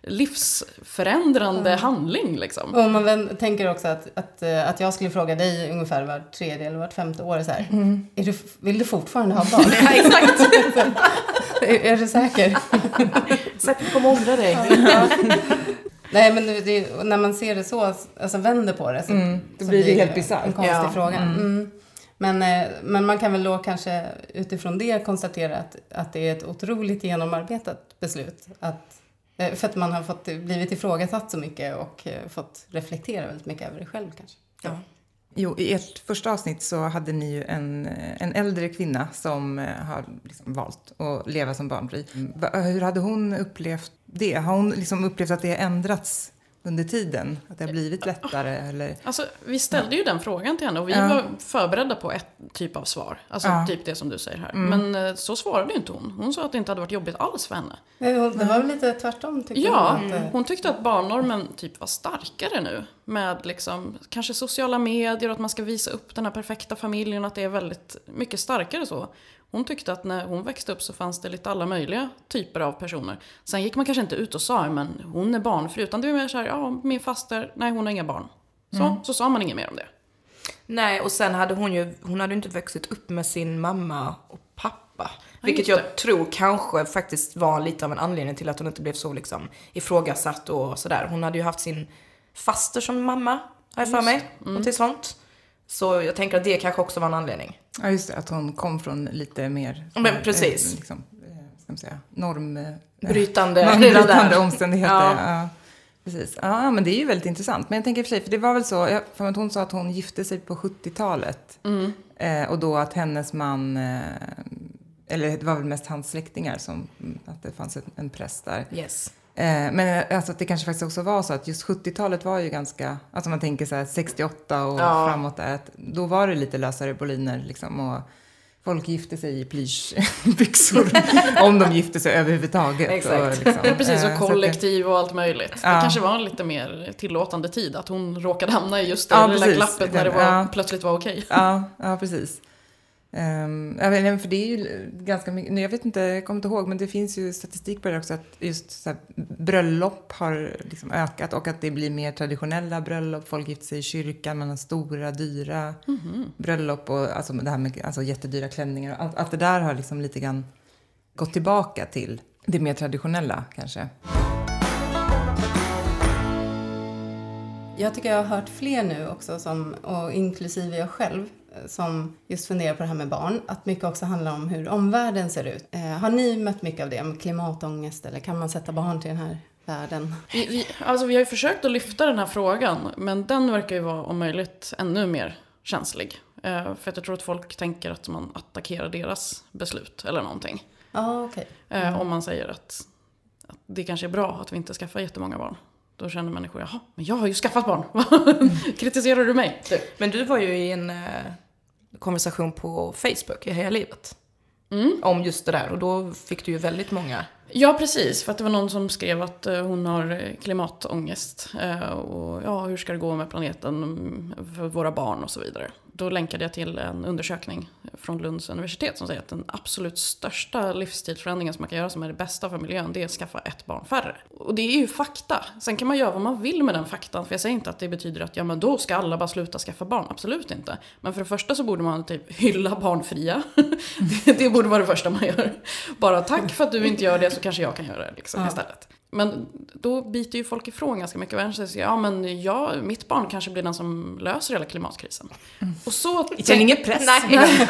livsförändrande handling liksom. Och man väl tänker också att, att, att jag skulle fråga dig ungefär var tredje eller vart femte år så här. Mm. Är du, vill du fortfarande ha barn? Ja, exakt. är, är du säker? Säkert kommer ångra dig. Ja. Nej, men det, när man ser det så, alltså vänder på det, så, Mm, då så blir det helt bisarrt. en konstig Ja. fråga. Mm. Mm. Men, eh, men man kan väl då kanske utifrån det konstatera att, att det är ett otroligt genomarbetat beslut. Att, eh, för att man har fått, blivit ifrågasatt så mycket och eh, fått reflektera väldigt mycket över det själv kanske. Ja. Jo, i ert första avsnitt så hade ni ju en, en äldre kvinna som eh, har liksom valt att leva som barnfri. Va- Hur hade hon upplevt det? Har hon liksom upplevt att det har ändrats under tiden? Att det har blivit lättare? Eller? Alltså, vi ställde ju den frågan till henne och vi Ja. var förberedda på ett typ av svar. Alltså Ja. typ det som du säger här. Men eh, så svarade ju inte hon. Hon sa att det inte hade varit jobbigt alls för henne. Men hon- det var väl lite tvärtom tycker Ja, jag. Att, eh, hon tyckte att barnnormen typ var starkare nu. Med liksom, kanske sociala medier och att man ska visa upp den här perfekta familjen. Att det är väldigt mycket starkare så. Hon tyckte att när hon växte upp så fanns det lite alla möjliga typer av personer. Sen gick man kanske inte ut och sa, men hon är barnfri. Utan det var mer så här, ja, min faster, nej hon har inga barn. Så, mm. så sa man inget mer om det. Nej, och sen hade hon ju hon hade ju inte växt upp med sin mamma och pappa. Vilket just jag tror kanske faktiskt var lite av en anledning till att hon inte blev så liksom ifrågasatt och sådär. Hon hade ju haft sin faster som mamma, har jag för mig, och till sånt. Så jag tänker att det kanske också var en anledning. Ja, just det. Att hon kom från lite mer... Men precis. Eh, liksom, eh, ska man säga, norm... eh, Brytande, Normbrytande redan där. omständigheter. Ja. Ja. Precis. Ja, men det är ju väldigt intressant. Men jag tänker i och för sig, för det var väl så, jag, för att hon sa att hon gifte sig på sjuttiotalet. Mm. Eh, och då att hennes man, eh, eller det var väl mest hans släktingar som, att det fanns en, en präst där. Yes. Eh, men alltså att det kanske faktiskt också var så att just sjuttiotalet var ju ganska, alltså man tänker så här sextioåtta och Ja. framåt där, att då var det lite lösare boliner liksom, och folk gifte sig i plyschbyxor om de gifte sig överhuvudtaget. Exakt. Och, liksom, Ja, precis, eh, och så att kollektiv och allt möjligt. Det Ja. kanske var en lite mer tillåtande tid. Att hon råkade hamna i just det Ja, lilla precis. glappet när det var, Ja. plötsligt var okej. Ja, ja, precis. Um, jag vet, inte, för det är ju ganska mycket, jag vet inte, jag kommer inte ihåg, men det finns ju statistik på det också, att just så här, bröllop har liksom ökat och att det blir mer traditionella bröllop, folk gifter sig i kyrkan, man har stora, dyra Mm-hmm. bröllop och alltså det här med alltså, jättedyra klänningar och allt, allt det där har liksom lite grann gått tillbaka till det mer traditionella kanske. Jag tycker jag har hört fler nu också, som, och inklusive jag själv, som just funderar på det här med barn. Att mycket också handlar om hur omvärlden ser ut. Eh, har ni mött mycket av det? Med klimatångest, eller kan man sätta barn till den här världen? Vi, vi, alltså vi har ju försökt att lyfta den här frågan, men den verkar ju vara om möjligt ännu mer känslig. Eh, för att jag tror att folk tänker att man attackerar deras beslut eller någonting. Ja, okej. Eh, Mm. Om man säger att, att det kanske är bra att vi inte skaffar jättemånga barn. Då känner människor, jaha, men jag har ju skaffat barn. Kritiserar du mig? Men du var ju i en eh, konversation på Facebook i hela livet. Mm. Om just det där. Och då fick du ju väldigt många. Ja, precis. För att det var någon som skrev att eh, hon har eh, klimatångest. Eh, och ja, hur ska det gå med planeten för våra barn och så vidare. då länkade jag till en undersökning från Lunds universitet som säger att den absolut största livsstilsförändringen som man kan göra som är det bästa för miljön, det är att skaffa ett barn färre. Och det är ju fakta. Sen kan man göra vad man vill med den faktan, för jag säger inte att det betyder att ja, men då ska alla bara sluta skaffa barn, absolut inte. Men för det första så borde man typ hylla barnfria. det, det borde vara det första man gör. Bara tack för att du inte gör det, så kanske jag kan göra det liksom, ja. istället. Men då biter ju folk ifrån ganska mycket. Och så säger, ja, men jag, mitt barn kanske blir den som löser hela klimatkrisen. Mm. Och så känner ingen press. Nej.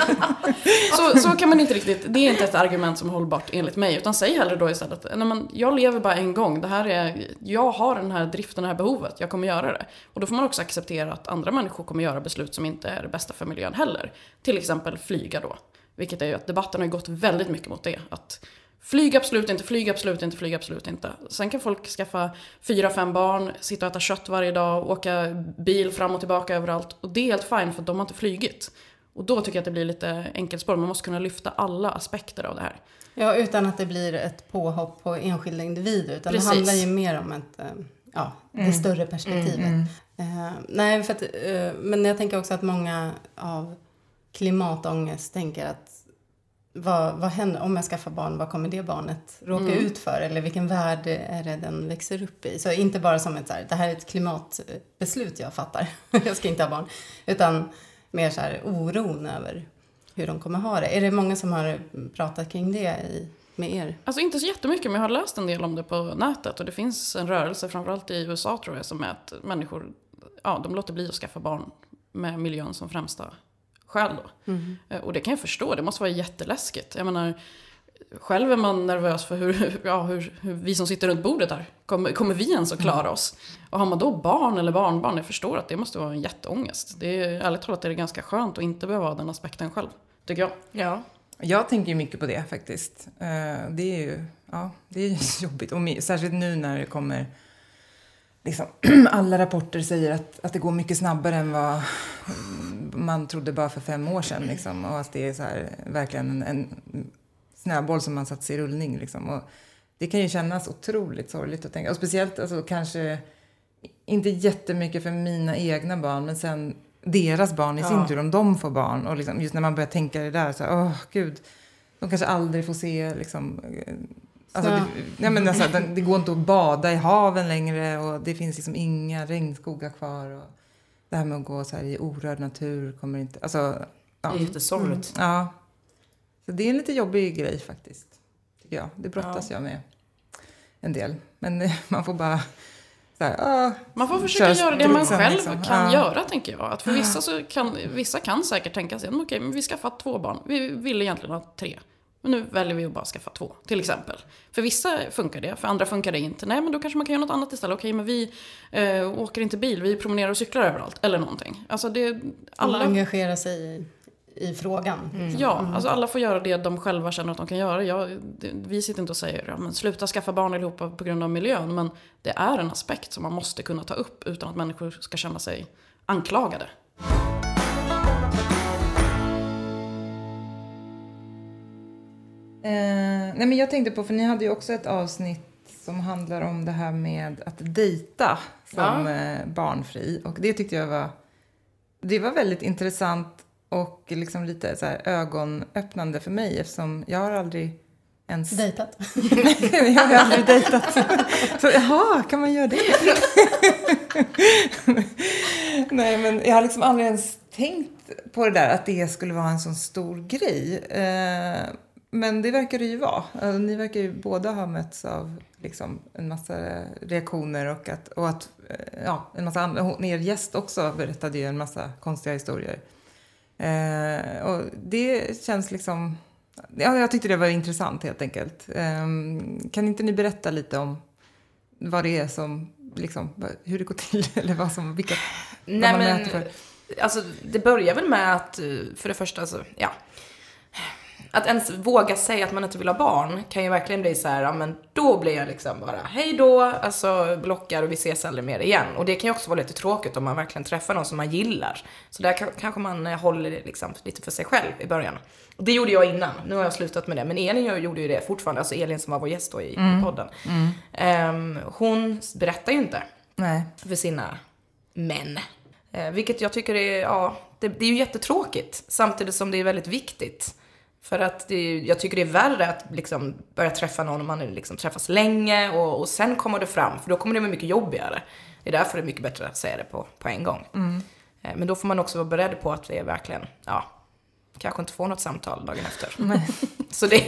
så, så kan man inte riktigt. Det är inte ett argument som är hållbart enligt mig. Utan säg hellre då istället, nej, men jag lever bara en gång. Det här är, jag har den här driften, det här behovet. Jag kommer göra det. Och då får man också acceptera att andra människor kommer göra beslut som inte är det bästa för miljön heller. Till exempel flyga då. Vilket är ju att debatten har gått väldigt mycket mot det. Att flyg absolut inte, flyg absolut inte, flyg absolut inte. Sen kan folk skaffa fyra, fem barn, sitta och äta kött varje dag, åka bil fram och tillbaka överallt. Och det är helt fine för att de har inte flygit. Och då tycker jag att det blir lite enkelspår. Man måste kunna lyfta alla aspekter av det här. Ja, utan att det blir ett påhopp på enskilda individer. Utan Precis. Det handlar ju mer om ett, ja, det mm. större perspektivet. Mm, mm. Uh, nej, för att, uh, men jag tänker också att många av klimatångest tänker att Vad, vad händer om jag skaffar barn? Vad kommer det barnet råka mm. ut för? Eller vilken värld är det den växer upp i? Så inte bara som ett så här, det här är ett klimatbeslut jag fattar. jag ska inte ha barn. Utan mer så här oron över hur de kommer ha det. Är det många som har pratat kring det i, med er? Alltså inte så jättemycket, men jag har läst en del om det på nätet. Och det finns en rörelse, framförallt i U S A tror jag, som är att människor, ja, de låter bli att skaffa barn med miljön som främsta själv då. Mm. Och det kan jag förstå, det måste vara jätteläskigt. Jag menar, själv är man nervös för hur, ja, hur, hur vi som sitter runt bordet här, kommer, kommer vi ens att klara oss? Och har man då barn eller barnbarn, jag förstår att det måste vara en jätteångest. Det är, ärligt talat är det ganska skönt att inte behöva ha den aspekten själv, tycker jag. Ja. Jag tänker ju mycket på det faktiskt. Det är ju, ja, det är ju jobbigt. Och särskilt nu när det kommer... Liksom, alla rapporter säger att, att det går mycket snabbare än vad man trodde bara för fem år sedan. Liksom, och att det är så här, verkligen en, en snöboll som man satt sig i rullning. Liksom. Och det kan ju kännas otroligt sorgligt att tänka. Och speciellt alltså, kanske inte jättemycket för mina egna barn. Men sen deras barn i sin ja. tur, om de får barn. Och liksom, just när man börjar tänka det där, så här, åh gud, de kanske aldrig får se... Liksom, Alltså, det, nej, men alltså, det, det går inte att bada i haven längre och det finns liksom inga regnskogar kvar och det här med att gå så här i orörd natur kommer inte, alltså, ja. Det är jättesorgligt. Mm, ja. Så det är en lite jobbig grej faktiskt, tycker jag. Det brottas ja. jag med en del. Men man får bara så här, åh, man får försöka göra det man själv liksom. kan ja. göra, tänker jag. Att för vissa så kan, vissa kan säkert tänka sig, okej, okay, men vi ska få två barn. Vi vill egentligen ha tre. Men nu väljer vi att bara skaffa två, till exempel. För vissa funkar det, för andra funkar det inte. Nej, men då kanske man kan göra något annat istället. Okej, men vi äh, åker inte bil, vi promenerar och cyklar överallt. Eller någonting. Alltså det, alla engagerar sig i, i frågan. Mm. Ja, mm. alltså alla får göra det de själva känner att de kan göra. Jag, det, vi sitter inte och säger, ja, men sluta skaffa barn allihopa på grund av miljön. Men det är en aspekt som man måste kunna ta upp utan att människor ska känna sig anklagade. Eh, nej men jag tänkte på, för ni hade ju också ett avsnitt som handlar om det här med att dejta som ja. eh, barnfri. Och det tyckte jag var, det var väldigt intressant och liksom lite så här ögonöppnande för mig, eftersom jag har aldrig ens... Dejtat? Jag har aldrig dejtat. Så, jaha, kan man göra det? Nej, men jag har liksom aldrig ens tänkt på det där, att det skulle vara en sån stor grej. Eh, Men det verkar det ju vara. Alltså, ni verkar ju båda ha mötts av liksom, en massa reaktioner och att, och att ja, en massa andra, er gäst också berättade ju en massa konstiga historier. Eh, och det känns liksom, ja, jag tyckte det var intressant helt enkelt. Eh, kan inte ni berätta lite om vad det är som, liksom, hur det går till eller vad som, vilka Nej, vad man men, möter för? Alltså, det börjar väl med att, för det första, alltså, ja... Att ens våga säga att man inte vill ha barn kan ju verkligen bli så här, ja, men då blir jag liksom bara hej då, alltså blockar och vi ses aldrig mer igen. Och det kan ju också vara lite tråkigt om man verkligen träffar någon som man gillar. Så där k- kanske man håller det liksom lite för sig själv i början. Och det gjorde jag innan, nu har jag slutat med det. Men Elin gjorde ju det fortfarande, alltså Elin som var vår gäst då i, mm. i podden. Mm. Um, hon berättar ju inte Nej. för sina män. Uh, vilket jag tycker är, ja... det, det är ju jättetråkigt. Samtidigt som det är väldigt viktigt. För att det, jag tycker det är värre att liksom börja träffa någon om man liksom träffas länge och, och sen kommer det fram. För då kommer det bli mycket jobbigare. Det är därför det är mycket bättre att säga det på, på en gång. Mm. Men då får man också vara beredd på att det är verkligen, ja, kanske inte får något samtal dagen efter. Mm. Så det,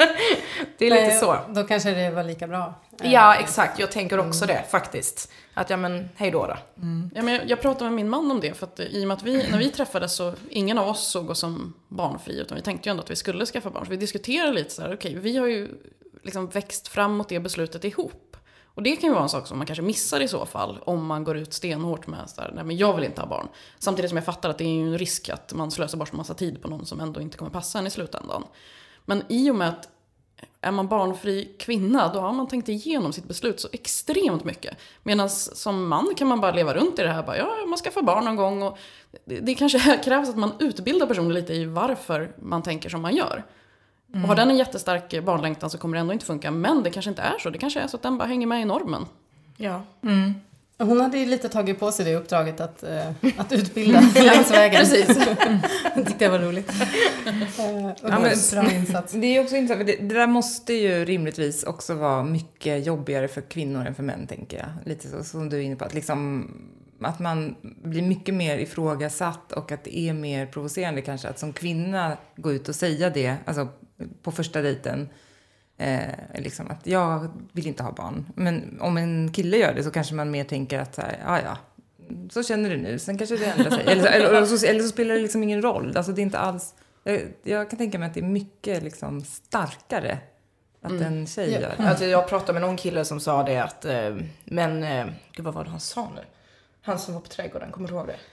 det är lite så. Då kanske det var lika bra. Ja, exakt. Jag tänker också mm. det faktiskt. Att ja, men hej då då. Mm. Ja, men jag, jag pratade med min man om det. För att i och med att vi, när vi träffades så ingen av oss såg oss som barnfri. Utan vi tänkte ju ändå att vi skulle skaffa barn. Så vi diskuterade lite så här, okej, okay, vi har ju liksom växt fram mot det beslutet ihop. Och det kan ju vara en sak som man kanske missar i så fall. Om man går ut stenhårt med så här, nej men jag vill inte ha barn. Samtidigt som jag fattar att det är ju en risk att man slösar bort en massa tid på någon som ändå inte kommer passa en i slutändan. Men i och med att är man barnfri kvinna, då har man tänkt igenom sitt beslut så extremt mycket. Medan som man kan man bara leva runt i det här. Bara, ja, man ska få barn någon gång. Och det, det kanske krävs att man utbildar personer lite i varför man tänker som man gör. Mm. Och har den en jättestark barnlängtan så kommer det ändå inte funka. Men det kanske inte är så. Det kanske är så att den bara hänger med i normen. Ja. Mm. Hon hade ju lite tagit på sig det uppdraget att, uh, att utbilda längs vägen. Precis. Jag tyckte det var roligt. Uh, ja, men, bra insats. Det är också intressant, det, det där måste ju rimligtvis också vara mycket jobbigare för kvinnor än för män, tänker jag. Lite så som du är inne på. Att, liksom, att man blir mycket mer ifrågasatt och att det är mer provocerande kanske. Att som kvinna gå ut och säga det, alltså på första dejten. Eh, liksom att jag vill inte ha barn. Men om en kille gör det så kanske man mer tänker att så här, ja ja, så känner du nu, sen kanske det ändrar sig. Eller så, eller, eller, så, eller så spelar det liksom ingen roll. Alltså det är inte alls, jag, jag kan tänka mig att det är mycket liksom starkare att mm. en tjej ja. gör det. Alltså jag pratade med någon kille som sa det att, eh, men eh, gud, vad var det han sa nu? Han som var på trädgården, kommer du ihåg det?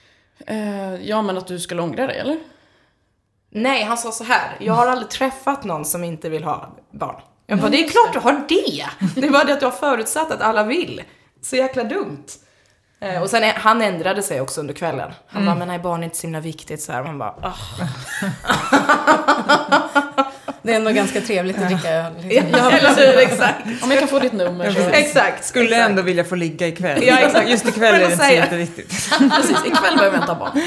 Eh, ja, men att du skulle ångra dig, eller? Nej, han sa så här. Jag har aldrig träffat någon som inte vill ha barn. Jag bara, det är klart du har det. Det är bara det att du har förutsatt att alla vill. Så jäkla dumt. Eh, och sen, är, han ändrade sig också under kvällen. Han mm. bara, men nej, barn är inte så himla viktigt. Så här. Man bara, oh. Det är ändå ganska trevligt att dricka. Liksom. Ja, eller exakt. Om jag kan få ditt nummer. Så. Exakt. Skulle exakt. ändå vilja få ligga ikväll. Ja, exakt. Just ikväll är det inte inte riktigt. Precis, ikväll börjar jag vänta barn.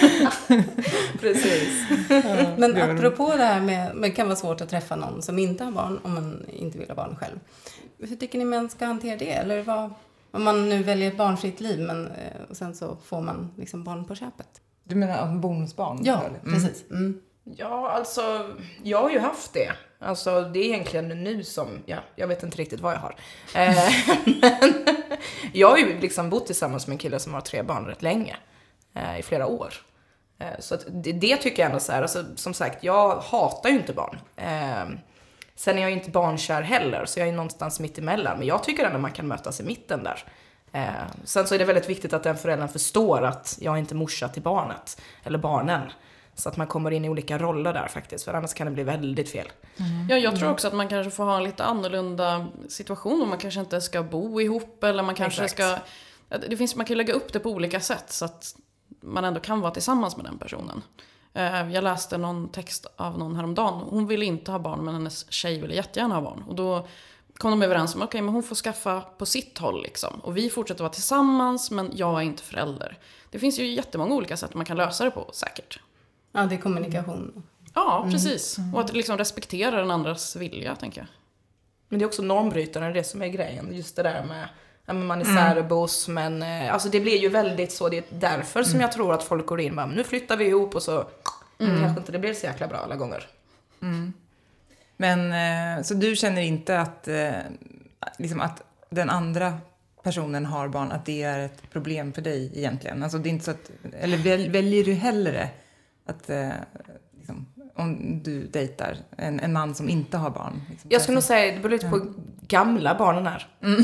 Precis. Ja, men apropå det här med, det kan vara svårt att träffa någon som inte har barn om man inte vill ha barn själv. Hur tycker ni män ska hantera det? Eller vad, om man nu väljer ett barnfritt liv men och sen så får man liksom barn på köpet? Du menar bonusbarn? Ja, mm. precis. Mm. Ja, alltså, jag har ju haft det. Alltså, det är egentligen nu som, ja, jag vet inte riktigt vad jag har. Eh, men jag har ju liksom bott tillsammans med en kille som har tre barn rätt länge. Eh, I flera år. Eh, så att det, det tycker jag ändå så här, alltså, som sagt, jag hatar ju inte barn. Eh, sen är jag ju inte barnkär heller, så jag är någonstans mitt emellan. Men jag tycker ändå man kan mötas i mitten där. Eh, sen så är det väldigt viktigt att den föräldern förstår att jag är inte morsa till barnet, eller barnen. Så att man kommer in i olika roller där faktiskt. För annars kan det bli väldigt fel. Mm. Ja, jag tror också att man kanske får ha en lite annorlunda situation. Och man kanske inte ska bo ihop. Eller man kanske Exakt. ska... Det finns, man kan lägga upp det på olika sätt. Så att man ändå kan vara tillsammans med den personen. Jag läste någon text av någon häromdagen. Hon ville inte ha barn, men hennes tjej ville jättegärna ha barn. Och då kom de överens om, okej, okay, men hon får skaffa på sitt håll liksom. Och vi fortsätter vara tillsammans, men jag är inte förälder. Det finns ju jättemånga olika sätt man kan lösa det på, säkert. Ja, det är kommunikation. Ja, precis. Mm. Och att liksom respektera den andras vilja, tänker jag. Men det är också normbrytaren, det som är grejen. Just det där med, ja, man är särbos, men alltså det blir ju väldigt så. Det är därför som mm. jag tror att folk går in med, nu flyttar vi ihop och så mm. kanske inte det blir så jäkla bra alla gånger. Mm. Men så du känner inte att, liksom att den andra personen har barn, att det är ett problem för dig egentligen? Alltså det är inte så att, eller väl, väljer du hellre att liksom, om du dejtar en, en man som inte har barn? Liksom, jag skulle nog säga, det beror lite på gamla barnen här. Mm.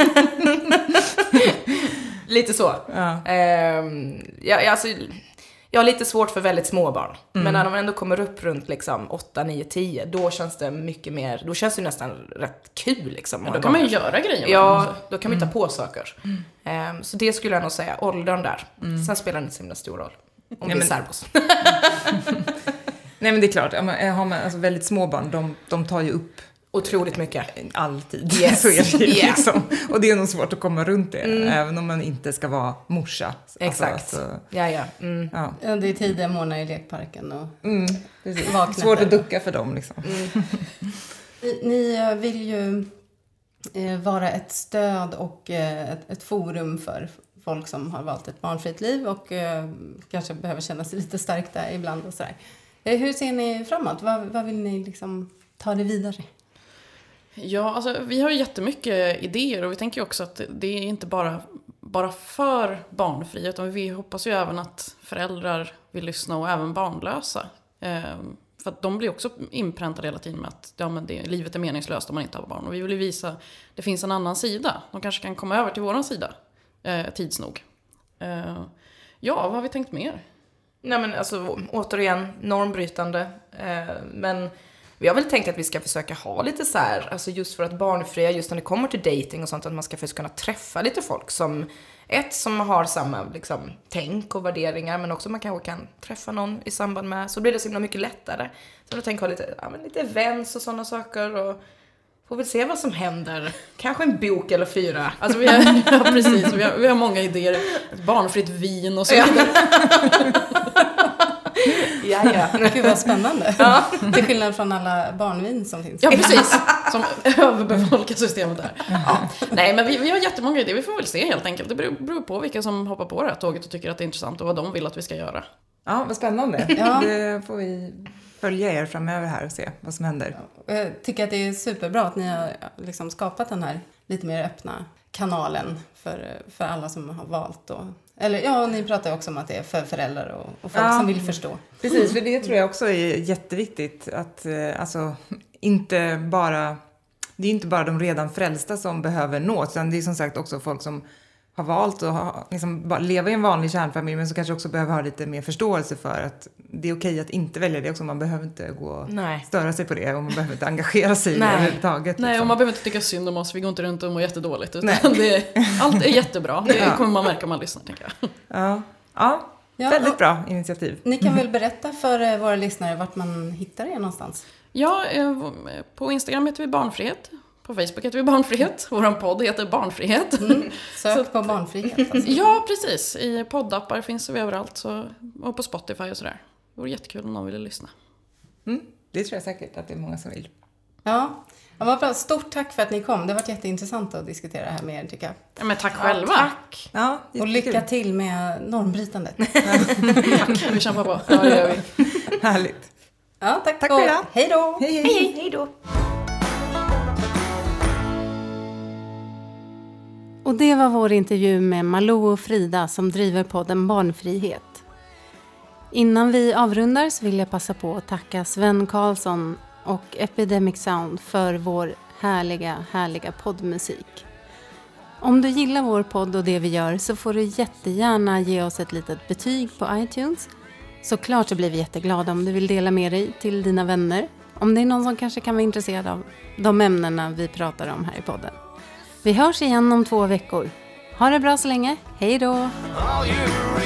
Lite så. Ja. Um, ja, alltså, jag har lite svårt för väldigt små barn. Mm. Men när de ändå kommer upp runt liksom åtta, nio, tio, då känns det mycket mer, då känns det nästan rätt kul liksom. Men då kan man ju göra grejer. Ja, då kan man mm. ta på saker. Mm. Um, så det skulle jag nog säga, åldern där. Mm. Sen spelar det inte så himla stor roll. Om Nej, vi är särbos. Nej, men det är klart. Har man alltså väldigt små barn, de, de tar ju upp Otroligt mycket. Alltid. Yes. Så är det ju Yeah. liksom. Och det är nog svårt att komma runt det. Mm. Även om man inte ska vara morsa. Exakt. Alltså, så, Ja, ja. Mm. ja. Ja, det är tidiga morgnar i lekparken och Mm, precis. vakna. Svårt att ducka för dem liksom. Mm. Ni, ni vill ju eh, vara ett stöd och eh, ett, ett forum för folk som har valt ett barnfritt liv och eh, kanske behöver känna sig lite stärkta ibland och sådär. Eh, hur ser ni framåt? Vad, vad vill ni liksom ta det vidare? Ja, alltså, vi har ju jättemycket idéer och vi tänker ju också att det är inte bara, bara för barnfria, utan vi hoppas ju även att föräldrar vill lyssna och även barnlösa. Eh, för att de blir också inpräntade hela tiden med att ja, men det, livet är meningslöst om man inte har barn. Och vi vill ju visa att det finns en annan sida. De kanske kan komma över till våran sida eh, tids nog. Eh, ja, vad har vi tänkt mer? Nej men alltså återigen normbrytande. Eh, men vi har väl tänkt att vi ska försöka ha lite så här, alltså just för att barnfria, just när det kommer till dating och sånt, att man ska faktiskt kunna träffa lite folk som, ett som har samma liksom tänk och värderingar, men också man kanske kan träffa någon i samband med, så blir det så himla mycket lättare. Så jag tänker ha lite, ja, men lite events och sådana saker och får väl se vad som händer. Kanske en bok eller fyra. Alltså vi har, ja, precis, vi har, vi har många idéer. Ett barnfritt vin och så vidare. Ja, ja. Gud vad spännande. Ja. Till skillnad från alla barnvin som finns. Ja, precis. Som överbefolkar systemet där. Ja. Nej, men vi, vi har jättemånga idéer. Vi får väl se helt enkelt. Det beror, beror på vilka som hoppar på det här tåget och tycker att det är intressant och vad de vill att vi ska göra. Ja, vad spännande. Ja. Det får vi följa er framöver här och se vad som händer. Jag tycker att det är superbra att ni har liksom skapat den här lite mer öppna kanalen för, för alla som har valt. Och, eller ja, ni pratar ju också om att det är för föräldrar och, och folk Ja. som vill förstå. Precis, för det tror jag också är jätteviktigt att eh, alltså inte bara, det är inte bara de redan frälsta som behöver nås, utan det är som sagt också folk som har valt att ha, liksom, bara leva i en vanlig kärnfamilj, men som kanske också behöver ha lite mer förståelse för att det är okej att inte välja det också. Man behöver inte gå och Nej. störa sig på det och man behöver inte engagera sig i det Nej. överhuvudtaget. Nej, liksom. och man behöver inte tycka synd om oss. Vi går inte runt och mår jättedåligt. Utan Nej. det är, allt är jättebra. Det Ja. kommer man märka om man lyssnar, tänker jag. Ja, ja, Ja, väldigt och bra initiativ. Ni kan väl berätta för eh, våra lyssnare vart man hittar er någonstans? Ja, eh, på Instagram heter vi Barnfrihet. På Facebook heter vi Barnfrihet. Vår podd heter Barnfrihet. Mm. Sök Så- på barnfrihet. Alltså. Ja, precis. I poddappar finns vi överallt. Så, och på Spotify och sådär. Det vore jättekul om någon ville lyssna. Mm, det tror jag säkert att det är många som vill. Ja, ja vad bra. Stort tack för att ni kom. Det har varit jätteintressant att diskutera det här med er, tycker jag. Ja, men tack själva. Tack. Ja, Och jättekul. lycka till med normbrytandet. Tack. Vi kämpar på. Ja, det gör vi. Härligt. Ja, tack. Tack och för idag. hej då! Hej, hej. Hej, hej då. Och det var vår intervju med Malou och Frida som driver podden Barnfrihet. Innan vi avrundar så vill jag passa på att tacka Sven Karlsson och Epidemic Sound för vår härliga, härliga poddmusik. Om du gillar vår podd och det vi gör så får du jättegärna ge oss ett litet betyg på iTunes. Såklart så blir vi jätteglada om du vill dela med dig till dina vänner. Om det är någon som kanske kan vara intresserad av de ämnena vi pratar om här i podden. Vi hörs igen om två veckor. Ha det bra så länge. Hej då! All you